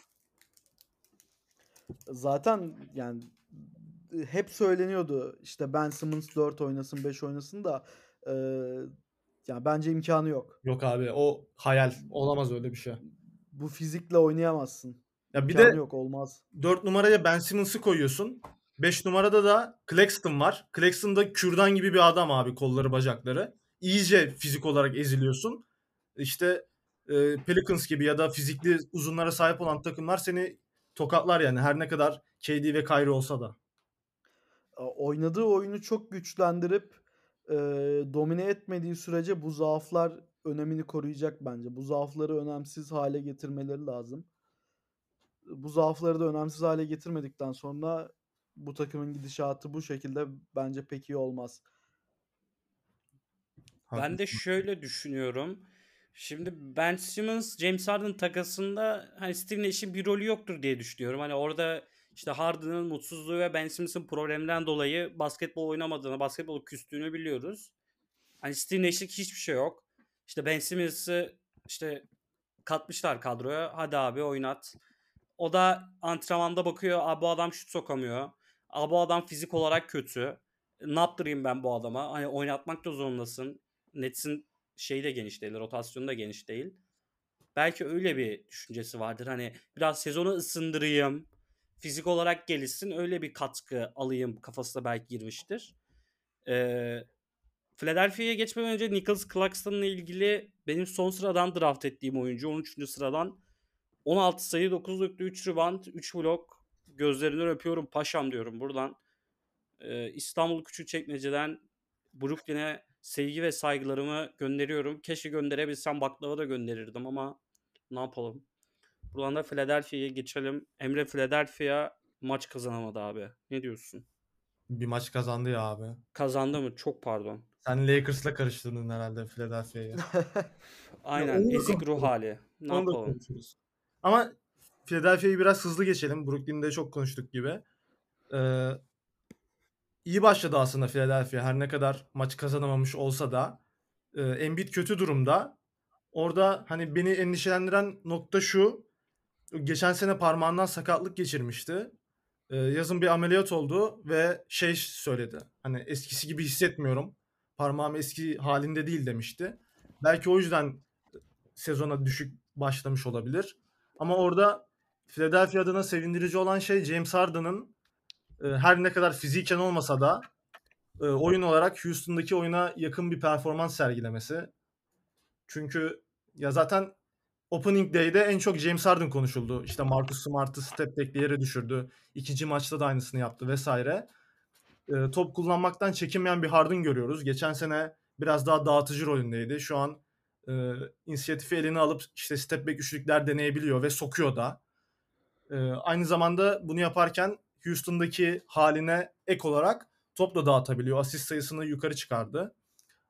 Speaker 3: Zaten yani hep söyleniyordu işte Ben Simmons dört oynasın, beş oynasın da e, yani bence imkanı yok.
Speaker 2: Yok abi o hayal. Olamaz öyle bir şey.
Speaker 3: Bu fizikle oynayamazsın.
Speaker 2: Ya bir
Speaker 3: İmkanı
Speaker 2: de
Speaker 3: yok, olmaz.
Speaker 2: dört numaraya Ben Simmons'ı koyuyorsun. beş numarada da Claxton var. Claxton da kürdan gibi bir adam abi, kolları bacakları. İyice fizik olarak eziliyorsun. İşte e, Pelicans gibi ya da fizikli uzunlara sahip olan takımlar seni tokatlar yani, her ne kadar K D ve Kyrie olsa da.
Speaker 3: A- Oynadığı oyunu çok güçlendirip e, domine etmediği sürece bu zaaflar önemini koruyacak bence. Bu zaafları önemsiz hale getirmeleri lazım. Bu zaafları da önemsiz hale getirmedikten sonra bu takımın gidişatı bu şekilde bence pek iyi olmaz.
Speaker 1: Ben de
Speaker 2: Haklısın.
Speaker 1: şöyle düşünüyorum. Şimdi Ben Simmons, James Harden takasında hani Steve Nash'in bir rolü yoktur diye düşünüyorum. Hani orada işte Harden'ın mutsuzluğu ve Ben Simmons'ın problemden dolayı basketbol oynamadığını, basketbol küstüğünü biliyoruz. Hani Steve Nash'lik hiçbir şey yok. İşte Ben Simmons'ı işte katmışlar kadroya. Hadi abi oynat. O da antrenmanda bakıyor. Abi bu adam şut sokamıyor. Abi bu adam fizik olarak kötü. Ne yaptırayım ben bu adama? Hani oynatmak da zorundasın. Nets'in şeyi de geniş değil. Rotasyonu da geniş değil. Belki öyle bir düşüncesi vardır. Hani biraz sezonu ısındırayım. Fizik olarak gelişsin. Öyle bir katkı alayım kafasına belki girmiştir. Ee, Philadelphia'ya geçmeden önce Nicholas Claxton'la ilgili benim son sıradan draft ettiğim oyuncu. on üçüncü sıradan on altı sayı, dokuz nokta üç rebound, üç blok. Gözlerinden öpüyorum paşam diyorum buradan. Ee, İstanbul Küçükçekmece'den Brooklyn'e sevgi ve saygılarımı gönderiyorum. Keşke gönderebilsem, baklava da gönderirdim ama ne yapalım. Buradan da Philadelphia'ya geçelim. Emre, Philadelphia maç kazanamadı abi. Ne diyorsun?
Speaker 2: Bir maç kazandı ya abi.
Speaker 1: Kazandı mı? Çok pardon.
Speaker 2: Sen Lakers'la karıştırdın herhalde Philadelphia'yı.
Speaker 1: Aynen.
Speaker 2: onu da
Speaker 1: Ezik ruh
Speaker 2: konuşuruz.
Speaker 1: hali. Ne
Speaker 2: Onu da
Speaker 1: yapalım?
Speaker 2: konuşuruz. Ama Philadelphia'yı biraz hızlı geçelim. Brooklyn'de çok konuştuk gibi. Ee, iyi başladı aslında Philadelphia. Her ne kadar maç kazanamamış olsa da. Ee, Embiid kötü durumda. Orada hani beni endişelendiren nokta şu. Geçen sene parmağından sakatlık geçirmişti. Ee, yazın bir ameliyat oldu ve şey söyledi. Hani eskisi gibi hissetmiyorum. Parmağım eski halinde değil demişti. Belki o yüzden sezona düşük başlamış olabilir. Ama orada Philadelphia adına sevindirici olan şey James Harden'ın e, her ne kadar fiziken olmasa da e, oyun olarak Houston'daki oyuna yakın bir performans sergilemesi. Çünkü ya zaten Opening Day'de en çok James Harden konuşuldu. İşte Marcus Smart'ı step back'le yere düşürdü. İkinci maçta da aynısını yaptı vesaire. E, top kullanmaktan çekinmeyen bir Harden görüyoruz. Geçen sene biraz daha dağıtıcı rolündeydi. Şu an e, inisiyatifi eline alıp işte step back üçlükler deneyebiliyor ve sokuyor da. E, aynı zamanda bunu yaparken Houston'daki haline ek olarak top da dağıtabiliyor. Asist sayısını yukarı çıkardı.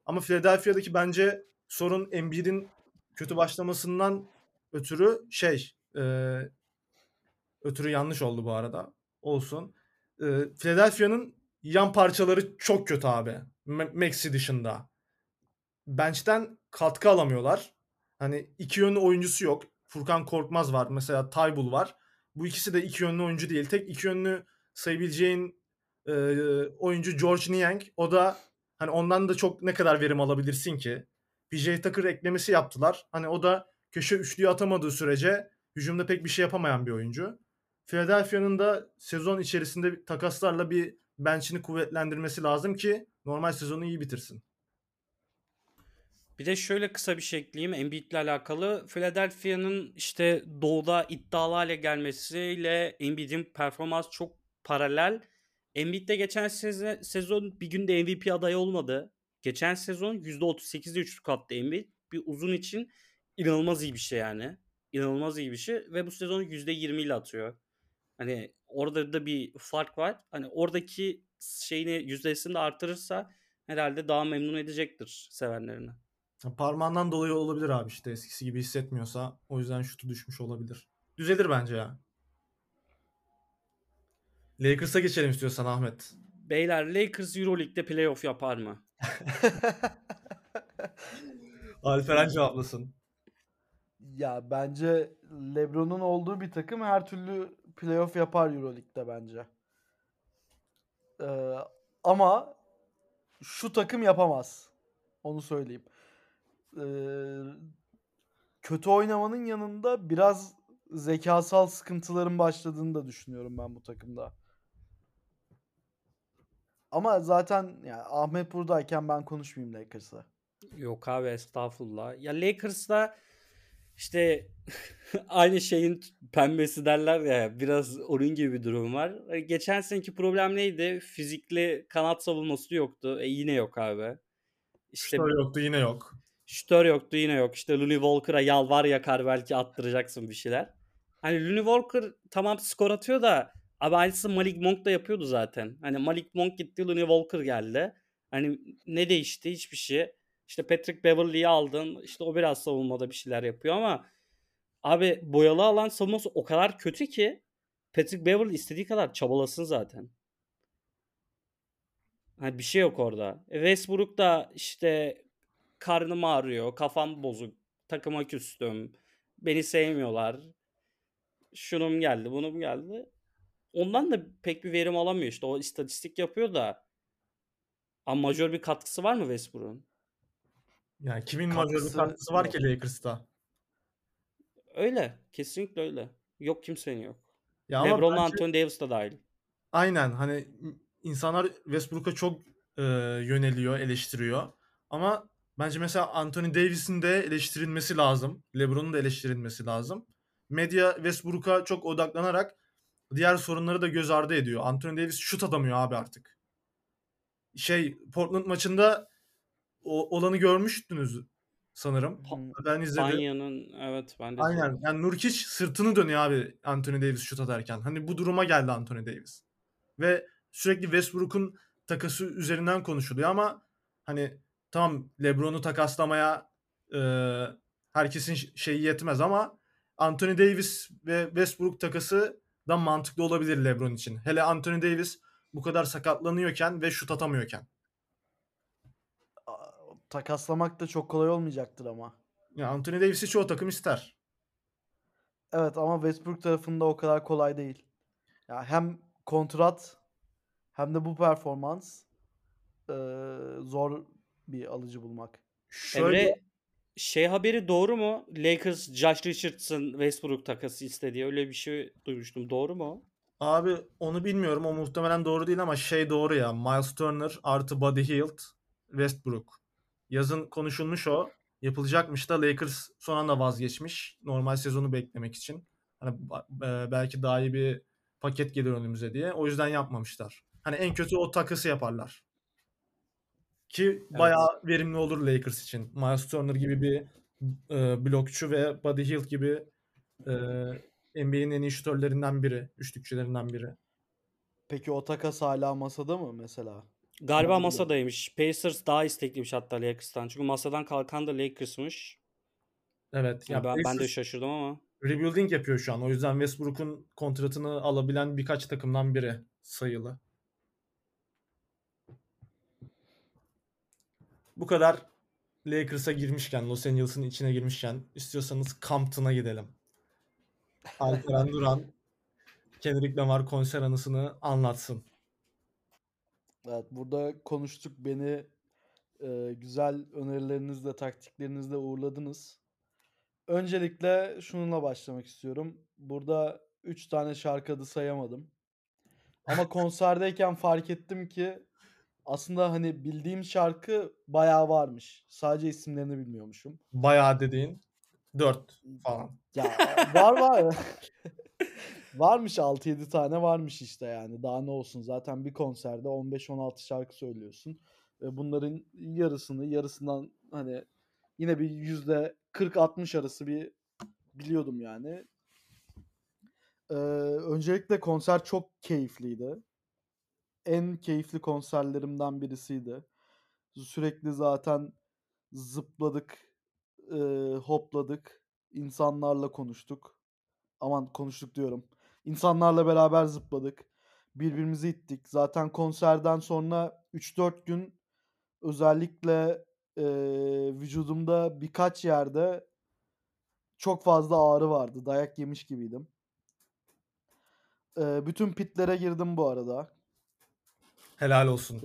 Speaker 2: Ama Philadelphia'daki bence sorun Embiid'in kötü başlamasından ötürü şey e, ötürü yanlış oldu bu arada. Olsun. E, Philadelphia'nın yan parçaları çok kötü abi. Ma- Maxey dışında. Bench'ten katkı alamıyorlar. Hani iki yönlü oyuncusu yok. Furkan Korkmaz var. Mesela Taybul var. Bu ikisi de iki yönlü oyuncu değil. Tek iki yönlü sayabileceğin e, oyuncu George Niang. O da hani ondan da çok ne kadar verim alabilirsin ki? P J Tucker eklemesi yaptılar. Hani o da köşe üçlüyü atamadığı sürece hücumda pek bir şey yapamayan bir oyuncu. Philadelphia'nın da sezon içerisinde takaslarla bir bench'ini kuvvetlendirmesi lazım ki normal sezonu iyi bitirsin.
Speaker 1: Bir de şöyle kısa bir şey ekleyeyim Embiid'le alakalı. Philadelphia'nın işte doğuda iddialı hale gelmesiyle Embiid'in performans çok paralel. Embiid de geçen sezon, sezon bir günde M V P adayı olmadı. Geçen sezon yüzde otuz sekizde üçlük attı Embiid. Bir uzun için inanılmaz iyi bir şey yani. İnanılmaz iyi bir şey ve bu sezon yüzde yirmi ile atıyor. Hani orada da bir fark var. Hani oradaki şeyini yüzdesini de artırırsa herhalde daha memnun edecektir sevenlerini.
Speaker 2: Parmağından dolayı olabilir abi işte eskisi gibi hissetmiyorsa. O yüzden şutu düşmüş olabilir. Düzelir bence ya. Lakers'a geçelim istiyorsan Ahmet.
Speaker 1: Beyler Lakers Euroleague'de playoff yapar mı?
Speaker 2: Alperen cevaplasın.
Speaker 3: Ya bence LeBron'un olduğu bir takım her türlü playoff yapar Euroleague'de bence. Ee, ama şu takım yapamaz. Onu söyleyeyim. Ee, kötü oynamanın yanında biraz zekasal sıkıntıların başladığını da düşünüyorum ben bu takımda. Ama zaten ya Ahmet buradayken ben konuşmayayım Lakers'a.
Speaker 1: Yok abi estağfurullah. Ya Lakers'da işte aynı şeyin pembesi derler ya biraz onun gibi bir durum var. E, Geçen seneki problem neydi? Fizikli kanat savunması yoktu. E yine yok abi. İşte
Speaker 2: Şutör yoktu yine yok.
Speaker 1: şütör yoktu yine yok. İşte Looney Walker'a yalvar yakar belki attıracaksın bir şeyler. Hani Looney Walker tamam skor atıyor da abi aynısı Malik Monk da yapıyordu zaten. Hani Malik Monk gitti Looney Walker geldi. Hani ne değişti? Hiçbir şey. İşte Patrick Beverley'i aldın. İşte o biraz savunmada bir şeyler yapıyor ama abi boyalı alan savunması o kadar kötü ki Patrick Beverley istediği kadar çabalasın zaten. Hani bir şey yok orada. E, Westbrook da işte karnım ağrıyor, kafam bozuk, takıma küstüm, beni sevmiyorlar, şunum geldi, bunum geldi. Ondan da pek bir verim alamıyor işte. O istatistik yapıyor da. Ama majör bir katkısı var mı Westbrook'un?
Speaker 2: Yani kimin majör bir
Speaker 3: Katkısı
Speaker 2: katkısı var
Speaker 3: yok.
Speaker 2: ki Lakers'ta?
Speaker 1: Öyle. Kesinlikle öyle. Yok kimsenin yok.
Speaker 2: Ya ama
Speaker 1: LeBron'la
Speaker 2: bence
Speaker 1: Anthony Davis da dahil.
Speaker 2: aynen hani insanlar Westbrook'a çok e, yöneliyor, eleştiriyor. Ama bence mesela Anthony Davis'in de eleştirilmesi lazım. LeBron'un da eleştirilmesi lazım. Medya Westbrook'a çok odaklanarak diğer sorunları da göz ardı ediyor. Anthony Davis şut atamıyor abi artık. Şey Portland maçında o olanı görmüştünüz sanırım.
Speaker 3: Hı.
Speaker 2: Ben izledim.
Speaker 1: Banya'nın evet ben de
Speaker 2: Aynen.
Speaker 1: izledim.
Speaker 2: Yani Nurkic sırtını dönüyor abi Anthony Davis şut atarken. Hani bu duruma geldi Anthony Davis. Ve sürekli Westbrook'un takası üzerinden konuşuluyor ama hani tamam LeBron'u takaslamaya e, herkesin şeyi yetmez ama Anthony Davis ve Westbrook takası da mantıklı olabilir LeBron için. Hele Anthony Davis bu kadar sakatlanıyorken ve şut atamıyorken.
Speaker 3: Aa, takaslamak da çok kolay olmayacaktır ama.
Speaker 2: Ya Anthony Davis'i çoğu takım ister.
Speaker 3: Evet ama Westbrook tarafında o kadar kolay değil. Ya hem kontrat hem de bu performans eee, zor bir alıcı bulmak.
Speaker 2: Şöyle
Speaker 1: Emre şey haberi doğru mu? Lakers Josh Richardson Westbrook takası istediği öyle bir şey duymuştum. Doğru mu?
Speaker 2: abi onu bilmiyorum. O muhtemelen doğru değil ama şey doğru ya. Miles Turner artı Buddy Hield Westbrook. Yazın konuşulmuş o. Yapılacakmış da Lakers son anda vazgeçmiş. Normal sezonu beklemek için. Hani ba- e, belki daha iyi bir paket gelir önümüze diye. O yüzden yapmamışlar. Hani en kötü o takası yaparlar. Ki bayağı
Speaker 1: Evet.
Speaker 2: verimli olur Lakers için. Miles Turner gibi bir e, blokçu ve Buddy Hield gibi e, N B A'nin en iyi şutörlerinden biri. Üçlükçülerinden biri.
Speaker 3: Peki o takas hala masada mı mesela?
Speaker 1: Galiba
Speaker 3: Olabilir.
Speaker 1: masadaymış. Pacers daha istekliymiş hatta Lakers'tan. Çünkü masadan kalkan da Lakers'mış.
Speaker 2: Evet.
Speaker 1: Yani
Speaker 2: Ya
Speaker 1: ben, ben de
Speaker 2: Pacers
Speaker 1: şaşırdım ama.
Speaker 2: rebuilding yapıyor şu an. O yüzden Westbrook'un kontratını alabilen birkaç takımdan biri sayılı. Bu kadar Lakers'a girmişken, Los Angeles'ın içine girmişken istiyorsanız Compton'a gidelim. Alperen Duran, Kendrick Lamar konser anısını anlatsın.
Speaker 3: Evet, burada konuştuk, beni e, güzel önerilerinizle, taktiklerinizle uğurladınız. Öncelikle şununla başlamak istiyorum. Burada üç tane şarkı adı sayamadım. Ama konserdeyken fark ettim ki aslında hani bildiğim şarkı bayağı varmış. Sadece isimlerini bilmiyormuşum.
Speaker 2: Bayağı dediğin dört falan.
Speaker 3: Ya var var. Varmış, altı yedi tane varmış işte yani. Daha ne olsun, zaten bir konserde on beş on altı şarkı söylüyorsun. Ve bunların yarısını, yarısından hani yine bir yüzde kırk altmış arası bir biliyordum yani. Ee, öncelikle konser çok keyifliydi. En keyifli konserlerimden birisiydi. Sürekli zaten zıpladık, e, hopladık, insanlarla konuştuk. Aman, konuştuk diyorum. İnsanlarla beraber zıpladık. Birbirimizi ittik. Zaten konserden sonra üç dört gün özellikle e, vücudumda birkaç yerde çok fazla ağrı vardı. Dayak yemiş gibiydim. E, bütün pitlere girdim bu arada.
Speaker 2: Helal olsun.
Speaker 3: E,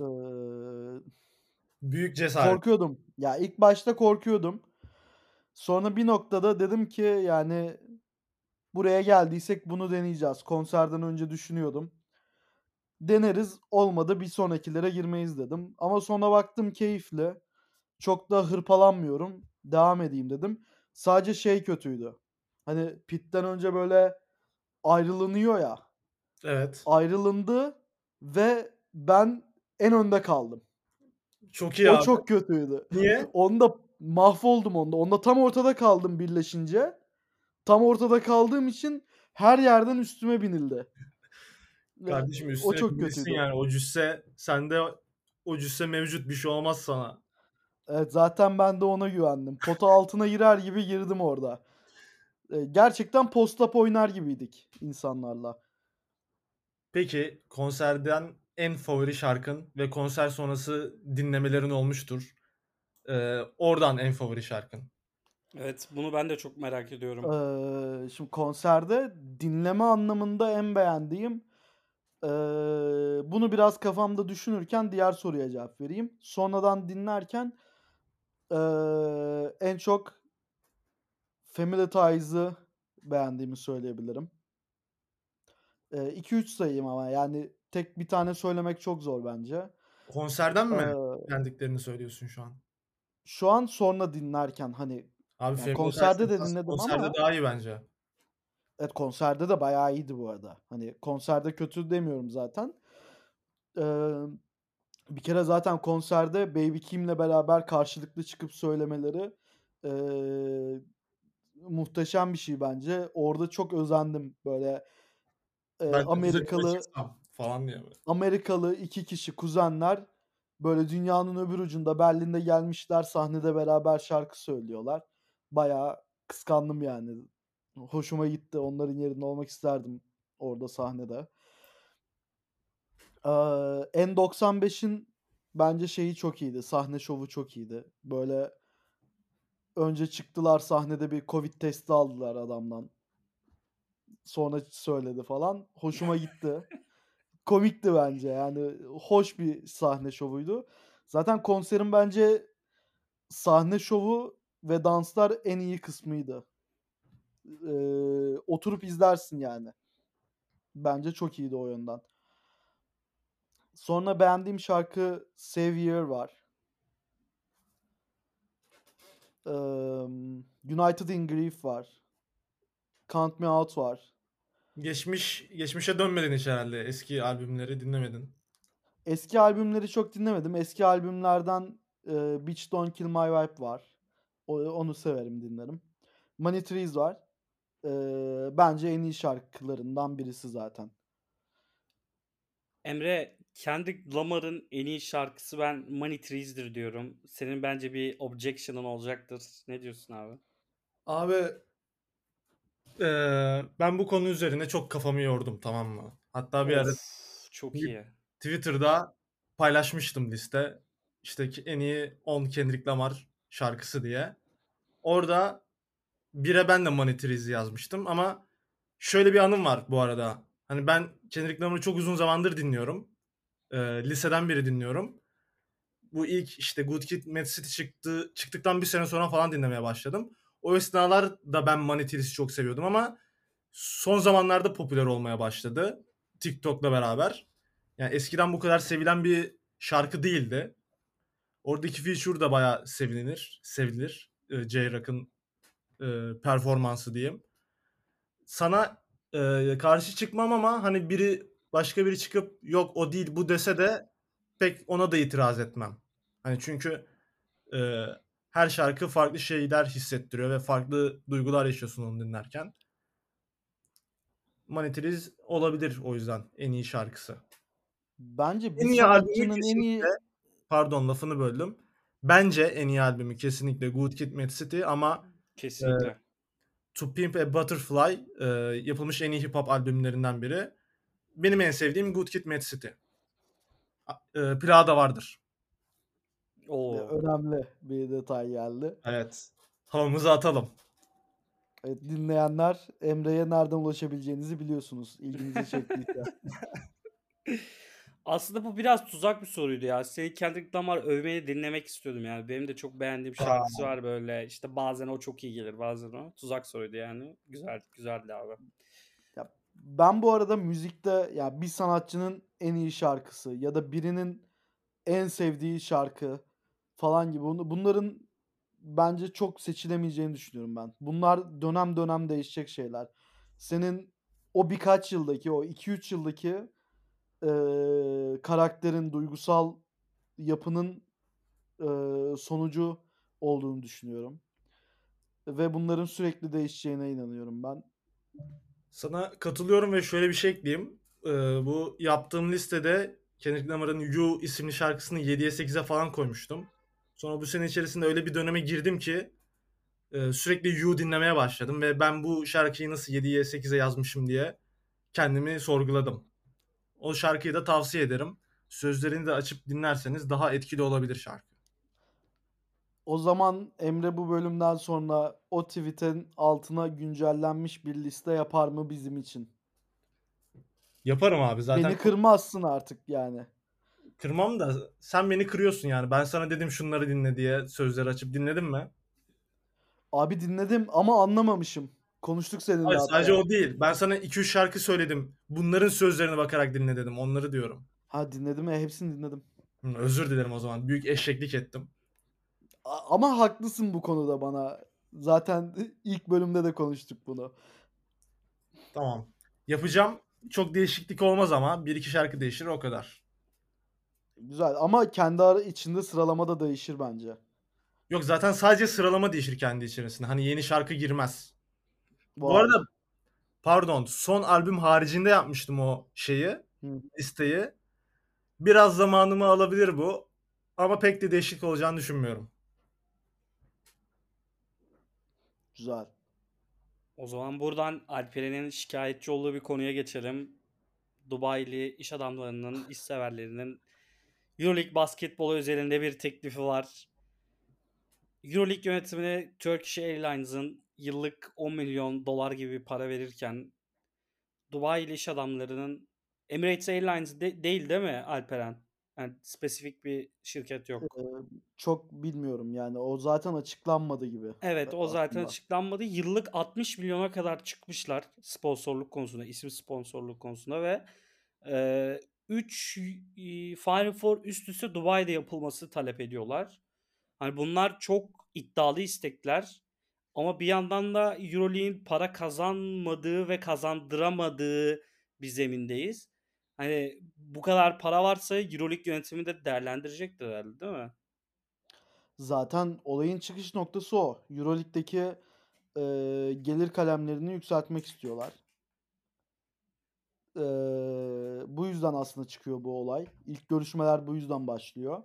Speaker 2: Büyük cesaret.
Speaker 3: korkuyordum. Ya ilk başta korkuyordum. Sonra bir noktada dedim ki yani buraya geldiysek bunu deneyeceğiz. Konserden önce düşünüyordum. Deneriz, olmadı bir sonrakilere girmeyiz dedim. Ama sonra baktım keyifli. Çok da hırpalanmıyorum. Devam edeyim dedim. Sadece şey kötüydü. Hani pitten önce böyle ayrılınıyor ya.
Speaker 2: Evet.
Speaker 3: Ayrılındı ve ben en önde kaldım.
Speaker 2: Çok iyi
Speaker 3: O
Speaker 2: abi.
Speaker 3: çok kötüydü.
Speaker 2: Niye?
Speaker 3: Onda mahvoldum onda. Onda tam ortada kaldım birleşince. Tam ortada kaldığım için her yerden üstüme binildi. Ve
Speaker 2: Kardeşim
Speaker 3: o
Speaker 2: üstüne
Speaker 3: çok
Speaker 2: binmişsin
Speaker 3: kötüydü.
Speaker 2: yani. O cüsse sende, o cüsse mevcut, bir şey olmaz sana.
Speaker 3: Evet, zaten ben de ona güvendim. Pota altına girer gibi girdim orada. Eee, gerçekten post-up oynar gibiydik insanlarla.
Speaker 2: Peki konserden en favori şarkın ve konser sonrası dinlemelerin olmuştur. Ee, oradan en favori şarkın.
Speaker 1: Evet, bunu ben de çok merak ediyorum.
Speaker 3: Eee, şimdi konserde dinleme anlamında en beğendiğim, eee, bunu biraz kafamda düşünürken diğer soruya cevap vereyim. Sonradan dinlerken eee, en çok Family Ties'ı beğendiğimi söyleyebilirim. Eee, iki üç sayayım ama yani tek bir tane söylemek çok zor bence.
Speaker 2: Konserden mi
Speaker 3: Eee,
Speaker 2: beğendiklerini söylüyorsun şu an?
Speaker 3: şu an sonra dinlerken hani
Speaker 2: Abi
Speaker 3: yani
Speaker 2: Family
Speaker 3: konserde de
Speaker 2: Ties
Speaker 3: dinledim
Speaker 2: konserde
Speaker 3: ama
Speaker 2: daha iyi bence.
Speaker 3: evet, konserde de bayağı iyiydi bu arada. Hani konserde kötü demiyorum zaten. Eee, bir kere zaten konserde Baby Keem'le beraber karşılıklı çıkıp söylemeleri eee, muhteşem bir şey bence. Orada çok özendim böyle eee,
Speaker 2: Ben de kuzenimle
Speaker 3: Amerikalı
Speaker 2: çıksam falan diye mi?
Speaker 3: Amerikalı iki kişi kuzenler böyle dünyanın öbür ucunda Berlin'de gelmişler, sahnede beraber şarkı söylüyorlar. Bayağı kıskandım yani. Hoşuma gitti. Onların yerinde olmak isterdim orada sahnede. Eee, N doksan beşin bence şeyi çok iyiydi. Sahne şovu çok iyiydi. Böyle önce çıktılar, sahnede bir Covid testi aldılar adamdan. Sonra söyledi falan. Hoşuma gitti. Komikti bence. Yani hoş bir sahne şovuydu. Zaten konserin bence sahne şovu ve danslar en iyi kısmıydı. Eee, oturup izlersin yani. Bence çok iyiydi o yönden. Sonra beğendiğim şarkı Savior var. Emm, United in Grief var. Count Me Out var.
Speaker 2: Geçmiş geçmişe dönmedin hiç herhalde. Eski albümleri dinlemedin.
Speaker 3: Eski albümleri çok dinlemedim. Eski albümlerden eee, Bitch Don't Kill My Vibe var. O onu severim, dinlerim. Money Trees var. Eee, bence en iyi şarkılarından birisi zaten.
Speaker 1: Emre, Kendrick Lamar'ın en iyi şarkısı ben Money Trees'dir diyorum. Senin bence bir objection'ın olacaktır. Ne diyorsun abi?
Speaker 2: Abi eee, ben bu konu üzerine çok kafamı yordum, tamam mı? Hatta bir ara
Speaker 1: Of, çok
Speaker 2: twi-
Speaker 1: iyi.
Speaker 2: Twitter'da paylaşmıştım liste. İşte ki en iyi on Kendrick Lamar şarkısı diye. Orada bire ben de Money Trees'i yazmıştım ama şöyle bir anım var bu arada. Hani ben Kendrick Lamar'ı çok uzun zamandır dinliyorum. Eee, liseden beri dinliyorum. Bu ilk işte Good Kid, Mad City çıktı, çıktıktan bir sene sonra falan dinlemeye başladım. O esnalar da ben Money Trees'i çok seviyordum ama son zamanlarda popüler olmaya başladı. TikTok'la beraber. Yani eskiden bu kadar sevilen bir şarkı değildi. Oradaki feature da bayağı sevilir, sevilir. Ee, J-Rock'ın e, performansı diyeyim. Sana e, karşı çıkmam ama hani biri başka biri çıkıp yok o değil bu dese de pek ona da itiraz etmem. Hani çünkü e, her şarkı farklı şeyler hissettiriyor ve farklı duygular yaşıyorsun onu dinlerken. Money Trees olabilir o yüzden en iyi şarkısı.
Speaker 3: Bence bir
Speaker 2: En iyi albümü
Speaker 3: sanatçının en
Speaker 2: kesinlikle,
Speaker 3: iyi
Speaker 2: pardon lafını böldüm. Bence en iyi albümü kesinlikle Good Kid, Mad City ama e,
Speaker 1: Kesinlikle.
Speaker 2: To Pimp a Butterfly e, yapılmış en iyi hip hop albümlerinden biri. Benim en sevdiğim Good Kid, Mad City. A- E, plağı da vardır.
Speaker 1: Oo.
Speaker 3: önemli bir detay geldi.
Speaker 2: Evet. Havamızı atalım.
Speaker 3: Evet, dinleyenler Emre'ye nereden ulaşabileceğinizi biliyorsunuz. İlginizi çektiyse.
Speaker 1: Aslında bu biraz tuzak bir soruydu ya. Seni Kendrick Lamar övmeyi dinlemek istiyordum yani. Benim de çok beğendiğim şarkısı var böyle. İşte bazen o çok iyi gelir, bazen o. Tuzak soruydu yani. Güzel, güzeldi abi.
Speaker 3: Ya ben bu arada müzikte ya bir sanatçının en iyi şarkısı ya da birinin en sevdiği şarkı falan gibi bunu- bunların bence çok seçilemeyeceğini düşünüyorum ben. Bunlar dönem dönem değişecek şeyler. Senin o birkaç yıldaki, o iki üç yıldaki eee, karakterin, duygusal yapının eee, sonucu olduğunu düşünüyorum. Ve bunların sürekli değişeceğine inanıyorum ben.
Speaker 2: Sana katılıyorum ve şöyle bir şey ekleyeyim. Ee, bu yaptığım listede Kendrick Lamar'ın You isimli şarkısını yediye sekize falan koymuştum. Sonra bu sene içerisinde öyle bir döneme girdim ki e, sürekli You dinlemeye başladım ve ben bu şarkıyı nasıl yediye sekize yazmışım diye kendimi sorguladım. O şarkıyı da tavsiye ederim. Sözlerini de açıp dinlerseniz daha etkili olabilir şarkı.
Speaker 3: O zaman Emre bu bölümden sonra o tweet'in altına güncellenmiş bir liste yapar mı bizim için?
Speaker 2: Yaparım abi zaten.
Speaker 3: Beni kırmazsın artık yani.
Speaker 2: Kırmam da sen beni kırıyorsun yani. Ben sana dedim şunları dinle diye sözleri açıp dinledin mi?
Speaker 3: Abi dinledim ama anlamamışım. Konuştuk seninle
Speaker 2: Hayır sadece
Speaker 3: hatta.
Speaker 2: o değil. Ben sana iki üç şarkı söyledim. Bunların sözlerine bakarak dinle dedim. Onları diyorum.
Speaker 3: Ha dinledim ya hepsini dinledim.
Speaker 2: Hı, özür dilerim o zaman. Büyük eşeklik ettim.
Speaker 3: A- ama haklısın bu konuda bana. Zaten ilk bölümde de konuştuk bunu.
Speaker 2: Tamam. Yapacağım. Çok değişiklik olmaz ama bir iki şarkı değişir o kadar.
Speaker 3: Güzel ama kendi ara içinde sıralama da değişir bence.
Speaker 2: Yok zaten sadece sıralama değişir kendi içerisinde. Hani yeni şarkı girmez. Bu
Speaker 3: Vay.
Speaker 2: arada pardon son albüm haricinde yapmıştım o şeyi.
Speaker 3: Hı,
Speaker 2: Listeyi. Biraz zamanımı alabilir bu. Ama pek de değişik olacağını düşünmüyorum.
Speaker 3: güzel.
Speaker 1: O zaman buradan Alperen'in şikayetçi olduğu bir konuya geçelim. Dubai'li iş adamlarının, iş severlerinin Euroleague basketbolu özelinde bir teklifi var. Euroleague yönetimine Turkish Airlines'ın yıllık on milyon dolar gibi bir para verirken Dubai'li iş adamlarının Emirates Airlines de- değil değil mi Alperen? Yani spesifik bir şirket
Speaker 3: Ee,
Speaker 1: yok.
Speaker 3: çok bilmiyorum yani. O zaten açıklanmadı gibi
Speaker 1: Evet, o zaten
Speaker 3: aslında.
Speaker 1: açıklanmadı. Yıllık altmış milyona kadar çıkmışlar sponsorluk konusunda, isim sponsorluk konusunda ve üç Final Four üst üste Dubai'de yapılması talep ediyorlar. Hani bunlar çok iddialı istekler. Ama bir yandan da EuroLeague'in para kazanmadığı ve kazandıramadığı bir zemindeyiz. Hani bu kadar para varsa EuroLeague yönetimi de değerlendirecektir herhalde değil mi?
Speaker 3: Zaten olayın çıkış noktası o. Euroleague'deki e, gelir kalemlerini yükseltmek istiyorlar. Eee, bu yüzden aslında çıkıyor bu olay. İlk görüşmeler bu yüzden başlıyor.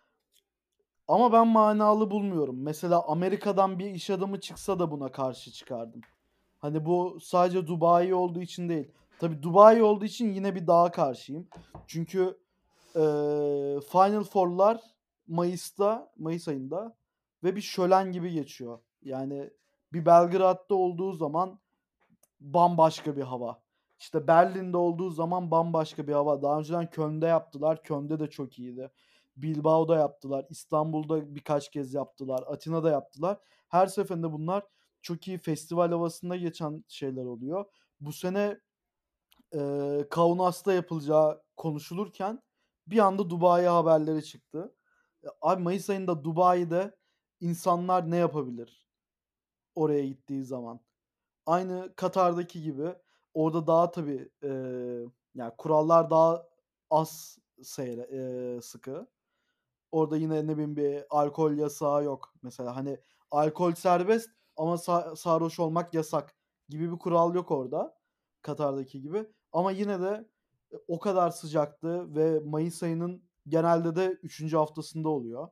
Speaker 3: Ama ben manalı bulmuyorum. Mesela Amerika'dan bir iş adamı çıksa da buna karşı çıkardım. Hani bu sadece Dubai olduğu için değil. Tabii Dubai olduğu için yine bir daha karşıyım. Çünkü eee, Final Four'lar Mayıs'ta, Mayıs ayında ve bir şölen gibi geçiyor. Yani bir Belgrad'da olduğu zaman bambaşka bir hava. İşte Berlin'de olduğu zaman bambaşka bir hava. Daha önceden Köln'de yaptılar. Köln'de de çok iyiydi. Bilbao'da yaptılar. İstanbul'da birkaç kez yaptılar. Atina'da yaptılar. Her seferinde bunlar çok iyi festival havasında geçen şeyler oluyor. Bu sene eee Kaunas'ta yapılacağı konuşulurken bir anda Dubai haberleri çıktı. E, Abi Mayıs ayında Dubai'de insanlar ne yapabilir oraya gittiği zaman? Aynı Katar'daki gibi orada daha tabii eee, yani kurallar daha az seyre, eee, sıkı. Orada yine ne bileyim bir alkol yasağı yok. Mesela hani alkol serbest ama sa- sarhoş olmak yasak gibi bir kural yok orada. Katar'daki gibi. Ama yine de e, o kadar sıcaktı ve Mayıs ayının genelde de üçüncü haftasında oluyor.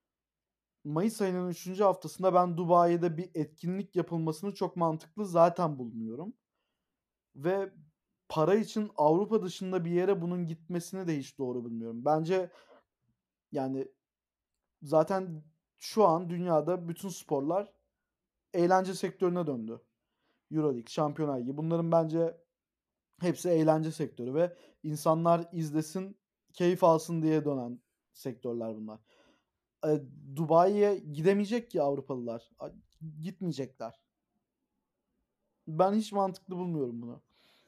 Speaker 3: Mayıs ayının üçüncü haftasında ben Dubai'de bir etkinlik yapılmasını çok mantıklı zaten bulmuyorum. Ve para için Avrupa dışında bir yere bunun gitmesini de hiç doğru bulmuyorum. Bence yani zaten şu an dünyada bütün sporlar eğlence sektörüne döndü. Euroleague, Şampiyonlar Ligi. Bunların bence hepsi eğlence sektörü ve insanlar izlesin, keyif alsın diye dönen sektörler bunlar. E, Dubai'ye gidemeyecek ki Avrupalılar. A- Gitmeyecekler. Ben hiç mantıklı bulmuyorum bunu.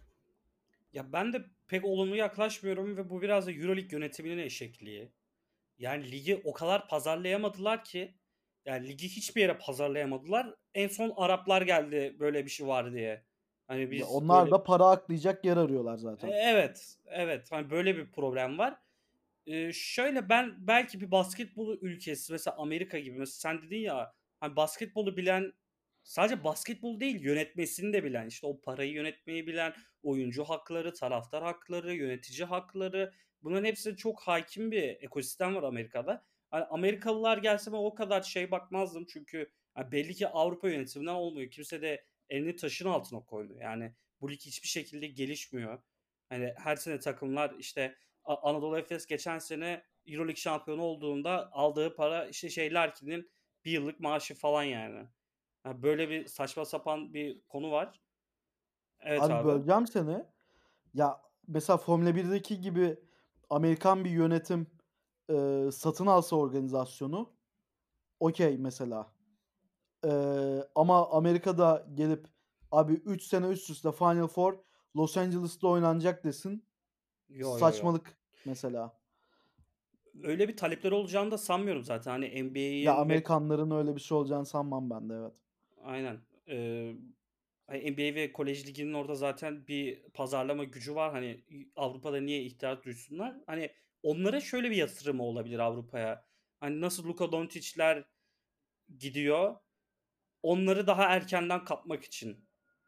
Speaker 1: Ya ben de pek olumlu yaklaşmıyorum ve bu biraz da Euroleague yönetiminin eşekliği. Yani ligi o kadar pazarlayamadılar ki, yani ligi hiçbir yere pazarlayamadılar. En son Araplar geldi böyle bir şey var diye. Hani
Speaker 3: Ya
Speaker 1: biz
Speaker 3: onlar
Speaker 1: böyle
Speaker 3: da para aklayacak yer arıyorlar
Speaker 1: E,
Speaker 3: zaten.
Speaker 1: evet, evet. Hani böyle bir problem var. Ee, şöyle ben belki bir basketbolu ülkesi mesela Amerika gibi, mesela sen dedin ya hani basketbolu bilen, sadece basketbol değil yönetmesini de bilen, işte o parayı yönetmeyi bilen, oyuncu hakları, taraftar hakları, yönetici hakları, bunların hepsi çok hakim bir ekosistem var Amerika'da. Hani Amerikalılar gelse ben o kadar şey bakmazdım çünkü hani belli ki Avrupa yönetiminden olmuyor. Kimse de elini taşın altına koymuyor. Yani bu lig hiçbir şekilde gelişmiyor. Hani her sene takımlar işte A- Anadolu Efes geçen sene Euroleague şampiyonu olduğunda aldığı para işte şey Larkin'in bir yıllık maaşı falan yani. Ha, böyle bir saçma sapan bir konu var. Evet
Speaker 3: Abi
Speaker 1: abi.
Speaker 3: böleceğim seni. Ya mesela Formula birdeki gibi Amerikan bir yönetim e, satın alsa organizasyonu okey mesela. E, ama Amerika'da gelip abi üç sene üst üste Final Four Los Angeles'ta oynanacak desin.
Speaker 1: Yo yo yo.
Speaker 3: Saçmalık mesela.
Speaker 1: Öyle bir talepler olacağını da sanmıyorum zaten. Hani
Speaker 3: Ya
Speaker 1: N B A'in ve
Speaker 3: Amerikanların öyle bir şey olacağını sanmam ben de, evet.
Speaker 1: aynen. Ee, hani N B A ve Kolej Ligi'nin orada zaten bir pazarlama gücü var. Hani Avrupa'da niye ihtiyaç duysunlar? Hani onlara şöyle bir yatırımı olabilir Avrupa'ya. Hani nasıl Luka Doncic'ler gidiyor. Onları daha erkenden kapmak için.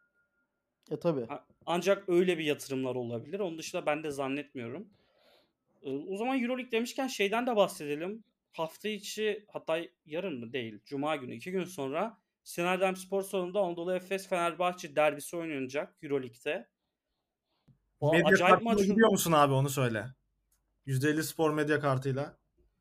Speaker 3: E tabi.
Speaker 1: A- Ancak öyle bir yatırımlar olabilir. Onun dışında ben de zannetmiyorum. Ee, O zaman Euroleague demişken şeyden de bahsedelim. Hafta içi, hatta yarın mı değil, Cuma günü iki gün sonra Sinan Erdem Spor Salonu'nda Anadolu Efes Fenerbahçe derbisi oynanacak Euroleague'de. O
Speaker 2: Medya
Speaker 1: acayip
Speaker 2: kartına
Speaker 1: maç.
Speaker 2: gidiyor musun abi, onu söyle. yüzde elli spor medya kartıyla.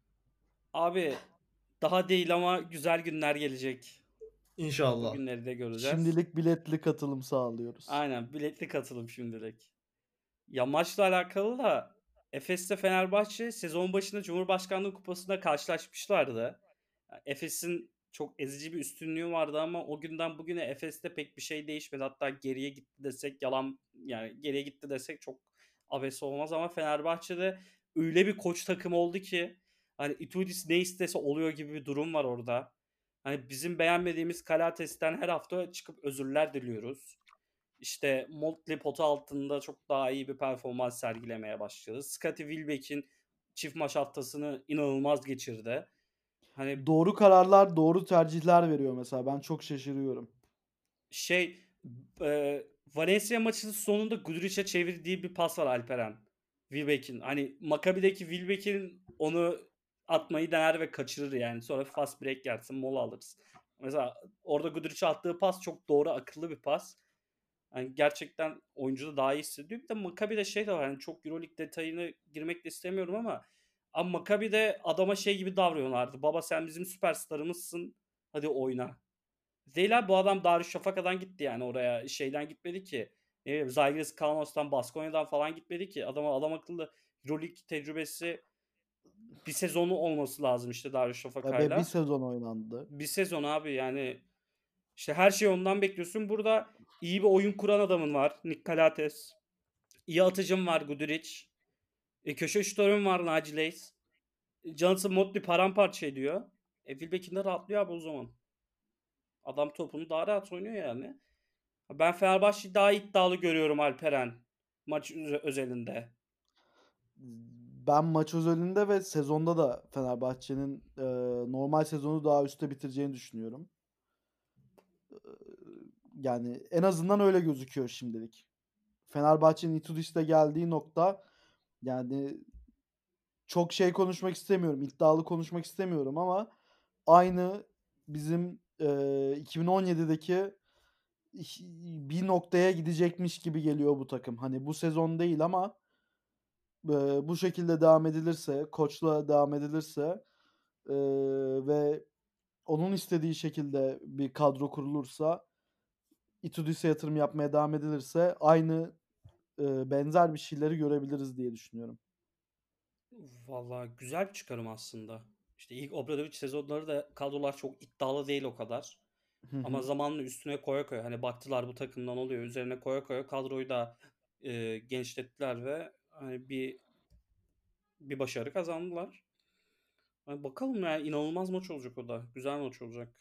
Speaker 1: Abi daha değil ama güzel günler gelecek. O
Speaker 2: İnşallah.
Speaker 1: günleri de göreceğiz.
Speaker 3: Şimdilik biletli katılım sağlıyoruz.
Speaker 1: Aynen, biletli katılım şimdilik. Ya maçla alakalı da Efes'te Fenerbahçe sezon başında Cumhurbaşkanlığı Kupası'nda karşılaşmışlardı. Ya Efes'in çok ezici bir üstünlüğü vardı ama o günden bugüne Efes'te pek bir şey değişmedi. Hatta geriye gitti desek yalan, yani geriye gitti desek çok abes olmaz ama Fenerbahçe'de öyle bir koç takım oldu ki hani Itudis ne istese oluyor gibi bir durum var orada. Hani bizim beğenmediğimiz Kalates'ten her hafta çıkıp özürler diliyoruz. İşte Motley pota altında çok daha iyi bir performans sergilemeye başladı. Scottie Wilbeck'in çift maç haftasını inanılmaz geçirdi. Hani
Speaker 3: Doğru kararlar, doğru tercihler veriyor mesela. Ben çok şaşırıyorum.
Speaker 1: şey e, Valencia maçının sonunda Guduric'e çevirdiği bir pas var Alperen. Wilbeck'in. Hani Maccabi'deki Wilbeck'in onu atmayı dener ve kaçırır yani. Sonra fast break yersin, mola alırız. Mesela orada Guduric'e attığı pas çok doğru, akıllı bir pas. Yani gerçekten oyuncu da daha iyi hissediyor. Bir de Maccabi'de şey de var. Yani çok Euroleague detayını girmek de istemiyorum ama ama Maccabi'de adama şey gibi davranıyorlardı. Baba sen bizim süperstarımızsın. Hadi oyna. Değil abi, bu adam Darüşşafaka'dan gitti yani oraya. Şeyden gitmedi ki. Ne bileyim Zalgiris Kaunos'tan, Baskonya'dan falan gitmedi ki. Adama adam akıllı Euroleague tecrübesi bir sezonu olması lazım işte
Speaker 3: Ya be bir
Speaker 1: Darüşşafaka'yla.
Speaker 3: sezon oynandı.
Speaker 1: Bir sezon abi yani işte her şeyi ondan bekliyorsun. Burada iyi bir oyun kuran adamın var. Nick Calates. İyi atıcım var Guduric. E, köşe şutörüm var Naci Leys. E, Jonathan Motley paramparça ediyor. E, Wilbeck'in de rahatlıyor abi o zaman. Adam topunu daha rahat oynuyor yani. Ben Fenerbahçe'yi daha iddialı görüyorum Alperen. Maç üze- özelinde.
Speaker 3: Ben maç özelinde ve sezonda da Fenerbahçe'nin e, normal sezonu daha üstte bitireceğini düşünüyorum. E, Yani en azından öyle gözüküyor şimdilik. Fenerbahçe'nin Itudis'te geldiği nokta, yani çok şey konuşmak istemiyorum, iddialı konuşmak istemiyorum ama aynı bizim e, iki bin on yedideki bir noktaya gidecekmiş gibi geliyor bu takım. Hani bu sezon değil ama e, bu şekilde devam edilirse, koçla devam edilirse e, ve onun istediği şekilde bir kadro kurulursa, Itudis'e yatırım yapmaya devam edilirse aynı e, benzer bir şeyleri görebiliriz diye düşünüyorum.
Speaker 1: Vallahi güzel bir çıkarım aslında. İşte ilk Obradovic sezonları da kadrolar çok iddialı değil o kadar.
Speaker 3: Hı
Speaker 1: Ama
Speaker 3: hı.
Speaker 1: zamanla üstüne koya koya hani baktılar bu takımdan oluyor. Üzerine koya koya kadroyu da e, genişlettiler ve hani bir bir başarı kazandılar. Hani bakalım ya, inanılmaz maç olacak o da. Güzel maç olacak.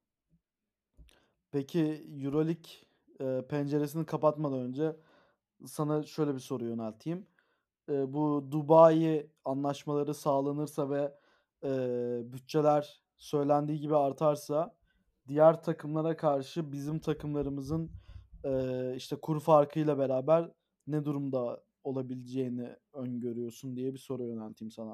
Speaker 3: Peki Euroleague e, penceresini kapatmadan önce sana şöyle bir soru yönelteyim. E, bu Dubai anlaşmaları sağlanırsa ve e, bütçeler söylendiği gibi artarsa diğer takımlara karşı bizim takımlarımızın e, işte kur farkıyla beraber ne durumda olabileceğini öngörüyorsun diye bir soru yönelteyim sana.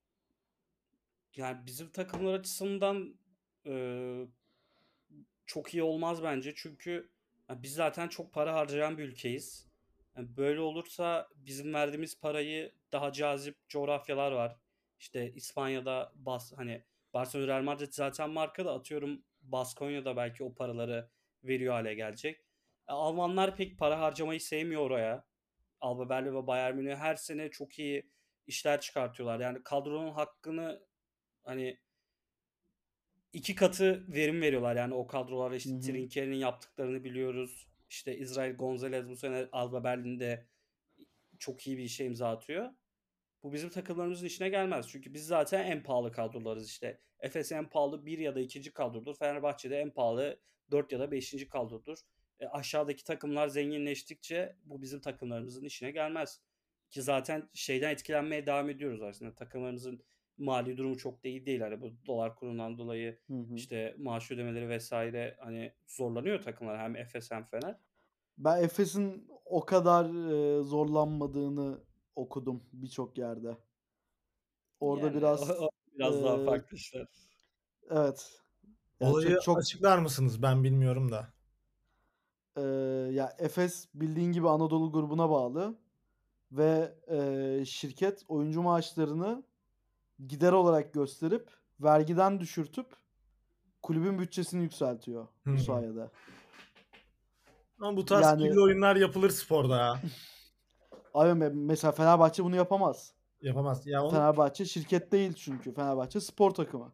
Speaker 1: Yani bizim takımlar açısından e, çok iyi olmaz bence. Çünkü ya biz zaten çok para harcayan bir ülkeyiz. Yani böyle olursa bizim verdiğimiz parayı daha cazip coğrafyalar var. İşte İspanya'da bas hani Barcelona Real Madrid zaten marka da, atıyorum Baskonya'da belki o paraları veriyor hale gelecek. E, Almanlar pek para harcamayı sevmiyor oraya. Alba Berlin ve Bayern Münih her sene çok iyi işler çıkartıyorlar. Yani kadronun hakkını hani iki katı verim veriyorlar. Yani o kadrolara
Speaker 3: Hı
Speaker 1: işte
Speaker 3: hı.
Speaker 1: Trinceri'nin yaptıklarını biliyoruz. İşte Israel Gonzalez bu sene Alba Berlin'de çok iyi bir işe imza atıyor. Bu bizim takımlarımızın işine gelmez. Çünkü biz zaten en pahalı kadrolarız işte. Efes en pahalı bir ya da ikinci kadrodur. Fenerbahçe'de en pahalı dört ya da beşinci kadrodur. E, aşağıdaki takımlar zenginleştikçe bu bizim takımlarımızın işine gelmez. Ki zaten şeyden etkilenmeye devam ediyoruz aslında. Takımlarımızın mali durumu çok da iyi değil. Hani bu dolar kurundan dolayı
Speaker 3: Hı hı.
Speaker 1: işte maaş ödemeleri vesaire hani zorlanıyor takımlar. Hem Efes hem Fener.
Speaker 3: Ben Efes'in o kadar e, zorlanmadığını okudum birçok yerde. Orada
Speaker 1: Yani o,
Speaker 3: biraz
Speaker 1: o
Speaker 3: e,
Speaker 1: biraz daha farklı işler.
Speaker 3: evet, yani
Speaker 2: Olayı
Speaker 3: çok çok
Speaker 2: açıklar mısınız? Ben bilmiyorum da.
Speaker 3: e, ya Efes bildiğin gibi Anadolu grubuna bağlı ve e, şirket oyuncu maaşlarını gider olarak gösterip vergiden düşürtüp kulübün bütçesini yükseltiyor bu
Speaker 2: Hımm.
Speaker 3: sayede.
Speaker 2: Ama bu tarz
Speaker 3: Yani
Speaker 2: kirli oyunlar yapılır sporda ya.
Speaker 3: abi me- mesela Fenerbahçe bunu yapamaz.
Speaker 2: Yapamaz. Ya onu
Speaker 3: Fenerbahçe şirket değil çünkü. Fenerbahçe spor takımı.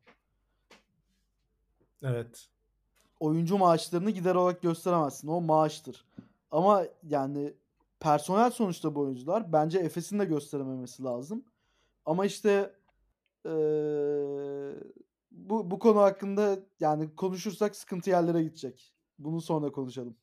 Speaker 2: evet.
Speaker 3: Oyuncu maaşlarını gider olarak gösteremezsin. O maaştır. Ama yani personel sonuçta bu oyuncular. Bence Efes'in de gösterememesi lazım. Ama işte eee, bu, bu konu hakkında yani konuşursak sıkıntı yerlere gidecek. Bunu sonra konuşalım.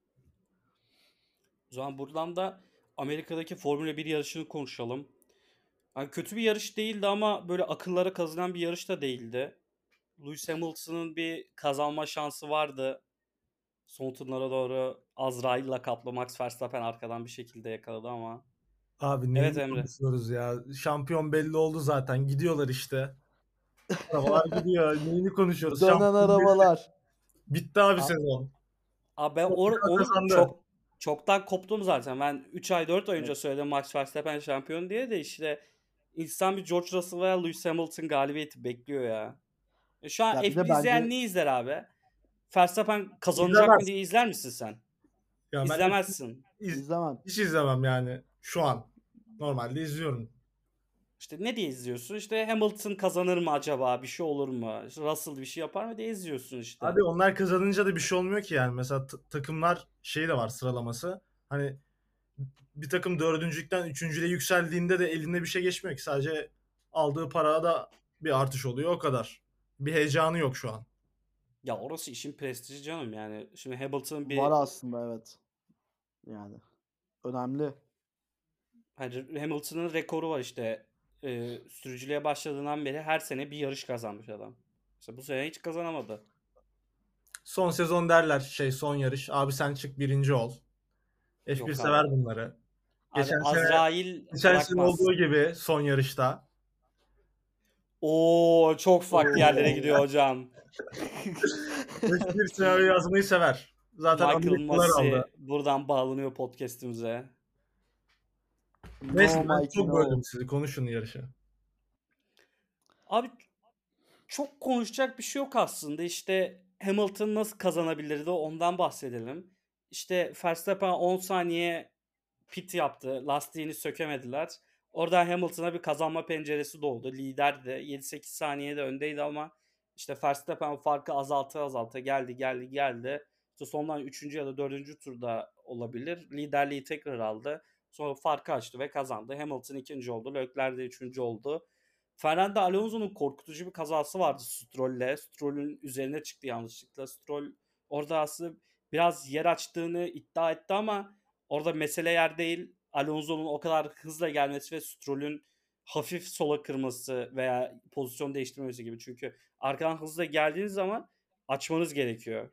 Speaker 1: O zaman buradan da Amerika'daki Formula bir yarışını konuşalım. Hani kötü bir yarış değildi ama böyle akıllara kazınan bir yarış da değildi. Lewis Hamilton'ın bir kazanma şansı vardı. Son turlara doğru Azrail'la kaplı Max Verstappen arkadan bir şekilde yakaladı ama.
Speaker 2: Abi
Speaker 1: Evet
Speaker 2: neyini
Speaker 1: Emre.
Speaker 2: konuşuyoruz ya? Şampiyon belli oldu zaten. Gidiyorlar işte. Arabalar gidiyor. Neyini konuşuyoruz?
Speaker 3: Dönen
Speaker 2: Şampiyon belli.
Speaker 3: arabalar.
Speaker 2: Bitti abi
Speaker 1: A-
Speaker 2: sezon.
Speaker 1: Abi ben or-
Speaker 2: Portugal
Speaker 1: onu
Speaker 2: kazandı.
Speaker 1: çok çoktan koptum zaten. Ben üç ay dört ay önce
Speaker 3: Evet.
Speaker 1: söyledim Max Verstappen şampiyon diye de işte insan bir George Russell veya Lewis Hamilton galibiyeti bekliyor ya. E Şu an
Speaker 3: Ya bir
Speaker 1: F bir
Speaker 3: de
Speaker 1: izleyen
Speaker 3: bence
Speaker 1: ne izler abi? Verstappen kazanacak mı
Speaker 2: İzlemez.
Speaker 1: diye izler misin sen?
Speaker 2: Ya ben
Speaker 1: İzlemezsin.
Speaker 2: iz-
Speaker 3: izlemem.
Speaker 2: hiç izlemem yani şu an. Normalde izliyorum.
Speaker 1: İşte ne diye izliyorsun? İşte Hamilton kazanır mı acaba? Bir şey olur mu? İşte Russell bir şey yapar mı diye izliyorsun işte.
Speaker 2: Abi onlar kazanınca da bir şey olmuyor ki yani. Mesela t- takımlar şeyi de var, sıralaması. Hani bir takım dördüncülükten üçüncüye yükseldiğinde de elinde bir şey geçmiyor ki. Sadece aldığı parada da bir artış oluyor, o kadar. Bir heyecanı yok şu an.
Speaker 1: Ya orası işin prestiji canım yani. Şimdi Hamilton
Speaker 3: Var
Speaker 1: bir
Speaker 3: aslında, evet. Yani önemli.
Speaker 1: hani Hamilton'ın rekoru var işte. Ee, sürücülüğe başladığından beri her sene bir yarış kazanmış adam. Mesela bu sene hiç kazanamadı.
Speaker 2: Son sezon derler şey, son yarış. Abi sen çık birinci ol. F bir
Speaker 1: Yok
Speaker 2: sever
Speaker 1: abi.
Speaker 2: bunları.
Speaker 1: Abi
Speaker 2: Geçen sene
Speaker 1: Azrail
Speaker 2: geçen sene
Speaker 1: bırakmaz.
Speaker 2: olduğu gibi son yarışta.
Speaker 1: Oo çok farklı yerlere
Speaker 3: Oo.
Speaker 1: gidiyor hocam.
Speaker 2: F bir senaryo yazmayı sever. Zaten
Speaker 1: Michael
Speaker 2: Amerikalılar aldı.
Speaker 1: Masi buradan bağlanıyor podcast'imize.
Speaker 2: Neyse
Speaker 3: No
Speaker 2: ben
Speaker 3: Mikey
Speaker 2: çok
Speaker 3: no.
Speaker 2: böldüm sizi. Konuşun yarışı.
Speaker 1: Abi çok konuşacak bir şey yok aslında. İşte Hamilton nasıl kazanabilirdi ondan bahsedelim. İşte Verstappen on saniye pit yaptı. Lastiğini sökemediler. Oradan Hamilton'a bir kazanma penceresi doğdu. Liderdi. yedi sekiz saniyede öndeydi ama işte Verstappen farkı azalta azalta geldi geldi geldi. İşte sondan üçüncü ya da dördüncü turda olabilir. Liderliği tekrar aldı. Sonra farkı açtı ve kazandı. Hamilton ikinci oldu. Leclerc de üçüncü oldu. Fernando Alonso'nun korkutucu bir kazası vardı Stroll'le. Stroll'ün üzerine çıktı yanlışlıkla. Stroll orada aslında biraz yer açtığını iddia etti ama orada mesele yer değil. Alonso'nun o kadar hızla gelmesi ve Stroll'ün hafif sola kırması veya pozisyon değiştirmesi gibi. Çünkü arkadan hızla geldiğiniz zaman açmanız gerekiyor.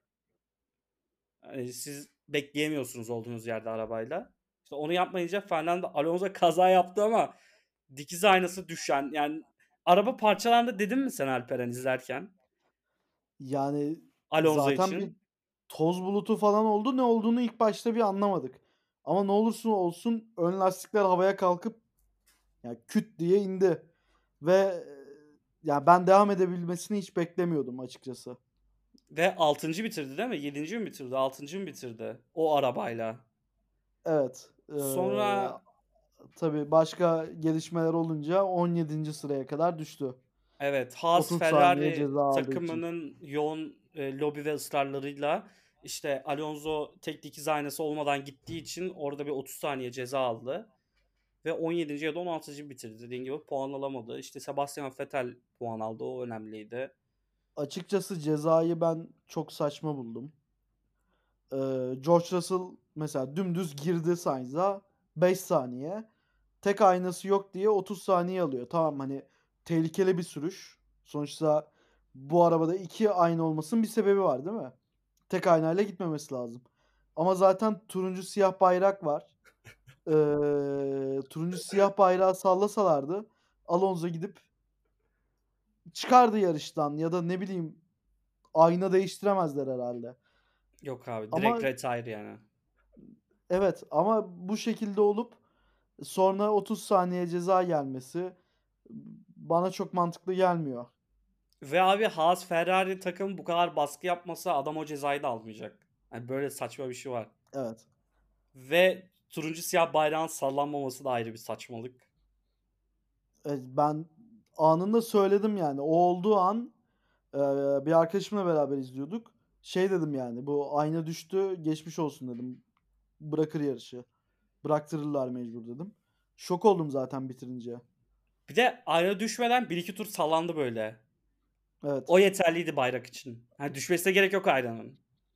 Speaker 1: Yani siz bekleyemiyorsunuz olduğunuz yerde arabayla. İşte onu yapmayınca Fernando Alonso kaza yaptı ama dikiz aynası düşen, yani araba parçalandı dedin mi sen Alperen izlerken
Speaker 3: Yani
Speaker 1: Alonso
Speaker 3: zaten bir
Speaker 1: için?
Speaker 3: toz bulutu falan oldu. Ne olduğunu ilk başta bir anlamadık. Ama ne olursa olsun ön lastikler havaya kalkıp yani küt diye indi. Ve e, ya ben devam edebilmesini hiç beklemiyordum açıkçası.
Speaker 1: Ve altıncı bitirdi değil mi? yedinci mi bitirdi? altıncı mı bitirdi? O arabayla.
Speaker 3: Evet. Ee,
Speaker 1: Sonra
Speaker 3: tabii başka gelişmeler olunca on yedinci sıraya kadar düştü.
Speaker 1: evet, Haas
Speaker 3: otuz saniye
Speaker 1: Ferrari
Speaker 3: ceza aldığı için.
Speaker 1: takımının yoğun e, lobi ve ısrarlarıyla işte Alonso tek dikiz aynası olmadan gittiği için orada bir otuz saniye ceza aldı. Ve on yedinci ya da on altıncı bitirdi. Dediğin gibi puan alamadı. İşte Sebastian Vettel puan aldı. O önemliydi.
Speaker 3: Açıkçası cezayı ben çok saçma buldum. Ee, George Russell mesela dümdüz girdi Sainz'a beş saniye. Tek aynası yok diye otuz saniye alıyor. Tamam, hani tehlikeli bir sürüş. Sonuçta bu arabada iki ayna olmasının bir sebebi var değil mi? Tek aynayla gitmemesi lazım. Ama zaten turuncu siyah bayrak var. Ee, turuncu siyah bayrağı sallasalardı Alonso gidip çıkardı yarıştan ya da ne bileyim ayna değiştiremezler herhalde.
Speaker 1: Yok abi, direkt
Speaker 3: Ama
Speaker 1: retire yani.
Speaker 3: evet, ama bu şekilde olup sonra otuz saniye ceza gelmesi bana çok mantıklı gelmiyor.
Speaker 1: Ve abi Haas Ferrari takım bu kadar baskı yapmasa adam o cezayı da almayacak. Yani böyle saçma bir şey var.
Speaker 3: Evet.
Speaker 1: Ve turuncu siyah bayrağın sallanmaması da ayrı bir saçmalık.
Speaker 3: E, Ben anında söyledim yani. O olduğu an e, bir arkadaşımla beraber izliyorduk. Şey dedim yani, bu ayna düştü geçmiş olsun dedim. Bırakır yarışı. Bıraktırırlar mecbur dedim. Şok oldum zaten bitirince.
Speaker 1: Bir de ayna düşmeden bir iki tur sallandı böyle.
Speaker 3: Evet.
Speaker 1: O yeterliydi bayrak için. Yani düşmesine gerek yok ayranın.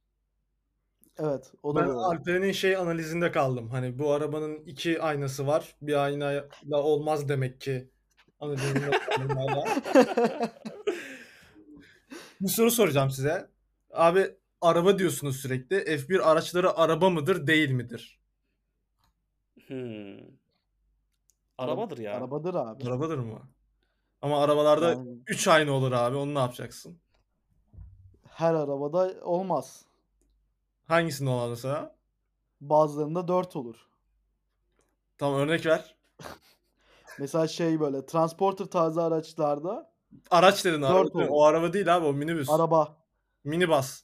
Speaker 3: Evet. O da
Speaker 2: Ben
Speaker 3: doğru.
Speaker 2: Alperen'in şey analizinde kaldım. Hani bu arabanın iki aynası var. Bir aynayla olmaz demek ki. Analizinde kaldım hala. Bir soru soracağım size. Abi araba diyorsunuz sürekli. F bir araçları araba mıdır, değil midir?
Speaker 1: Hmm.
Speaker 3: Ara-
Speaker 1: Arabadır ya.
Speaker 3: Arabadır abi.
Speaker 2: Arabadır mı? Ama arabalarda
Speaker 3: Yani
Speaker 2: üç aynı olur abi. Onu ne yapacaksın?
Speaker 3: her arabada olmaz.
Speaker 2: Hangisinde olan mesela?
Speaker 3: Bazılarında dört olur.
Speaker 2: Tamam, örnek ver.
Speaker 3: Mesela şey böyle transporter tarzı araçlarda
Speaker 2: Araç dedin abi.
Speaker 3: dört olur.
Speaker 2: O araba değil abi, o minibüs.
Speaker 3: Araba.
Speaker 2: Minibus.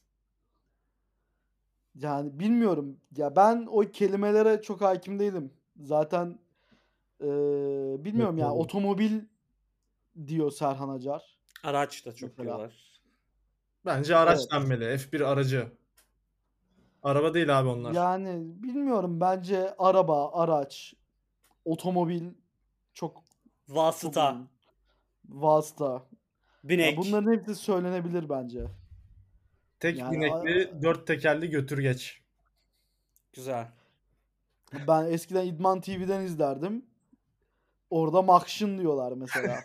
Speaker 3: Yani bilmiyorum. Ya ben o kelimelere çok hakim değilim. Zaten eee, bilmiyorum ya,
Speaker 2: Yok,
Speaker 3: otomobil diyor Serhan Acar.
Speaker 1: Araç da çok
Speaker 3: Mesela.
Speaker 1: diyorlar.
Speaker 2: Bence araç
Speaker 3: Evet.
Speaker 2: denmeli. F bir aracı. Araba değil abi onlar.
Speaker 3: Yani bilmiyorum, bence araba, araç, otomobil çok çok
Speaker 1: Vasıta.
Speaker 3: uzun. Vasıta. Ya
Speaker 1: Binek.
Speaker 3: bunların hepsi söylenebilir bence.
Speaker 2: Tek
Speaker 3: Yani
Speaker 2: binekli, dört tekerli götürgeç.
Speaker 1: Güzel.
Speaker 3: ben eskiden İdman T V'den izlerdim. Orada Makşın diyorlar mesela.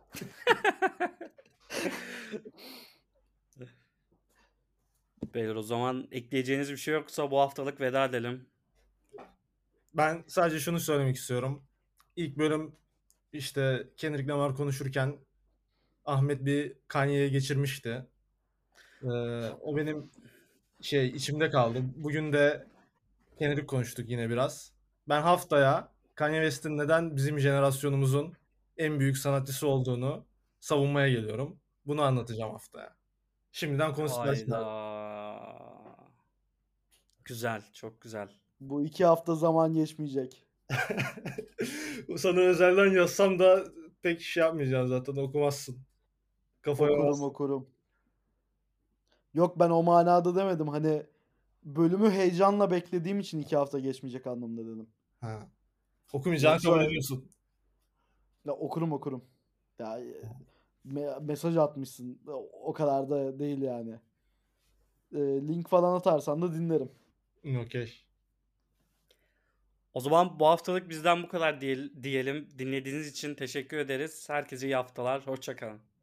Speaker 1: Beyler, o zaman ekleyeceğiniz bir şey yoksa bu haftalık veda edelim.
Speaker 2: Ben sadece şunu söylemek istiyorum. İlk bölüm işte Kendrick Lamar konuşurken Ahmet bir Kanye'ye geçirmişti. Ee, o benim şey içimde kaldı. Bugün de Kendrick konuştuk yine biraz. Ben haftaya Kanye West'in neden bizim jenerasyonumuzun en büyük sanatçısı olduğunu savunmaya geliyorum. Bunu anlatacağım haftaya. Şimdiden konusu açın
Speaker 1: Hayda.
Speaker 2: abi.
Speaker 1: Güzel, çok güzel.
Speaker 3: Bu iki hafta zaman geçmeyecek.
Speaker 2: Sana özelden yazsam da pek şey yapmayacağım, zaten okumazsın. Kafaya
Speaker 3: Okurum
Speaker 2: yorarsın.
Speaker 3: okurum. Yok, ben o manada demedim. Hani bölümü heyecanla beklediğim için iki hafta geçmeyecek anlamında dedim.
Speaker 2: Ha. Okumayacağını kabul
Speaker 3: Yoksa
Speaker 2: ediyorsun.
Speaker 3: ya okurum okurum. Ya e, me- mesaj atmışsın. O o kadar da değil yani. E, link falan atarsan da dinlerim.
Speaker 2: Okey.
Speaker 1: O zaman bu haftalık bizden bu kadar diye- diyelim. Dinlediğiniz için teşekkür ederiz. Herkese iyi haftalar. Hoşça kalın.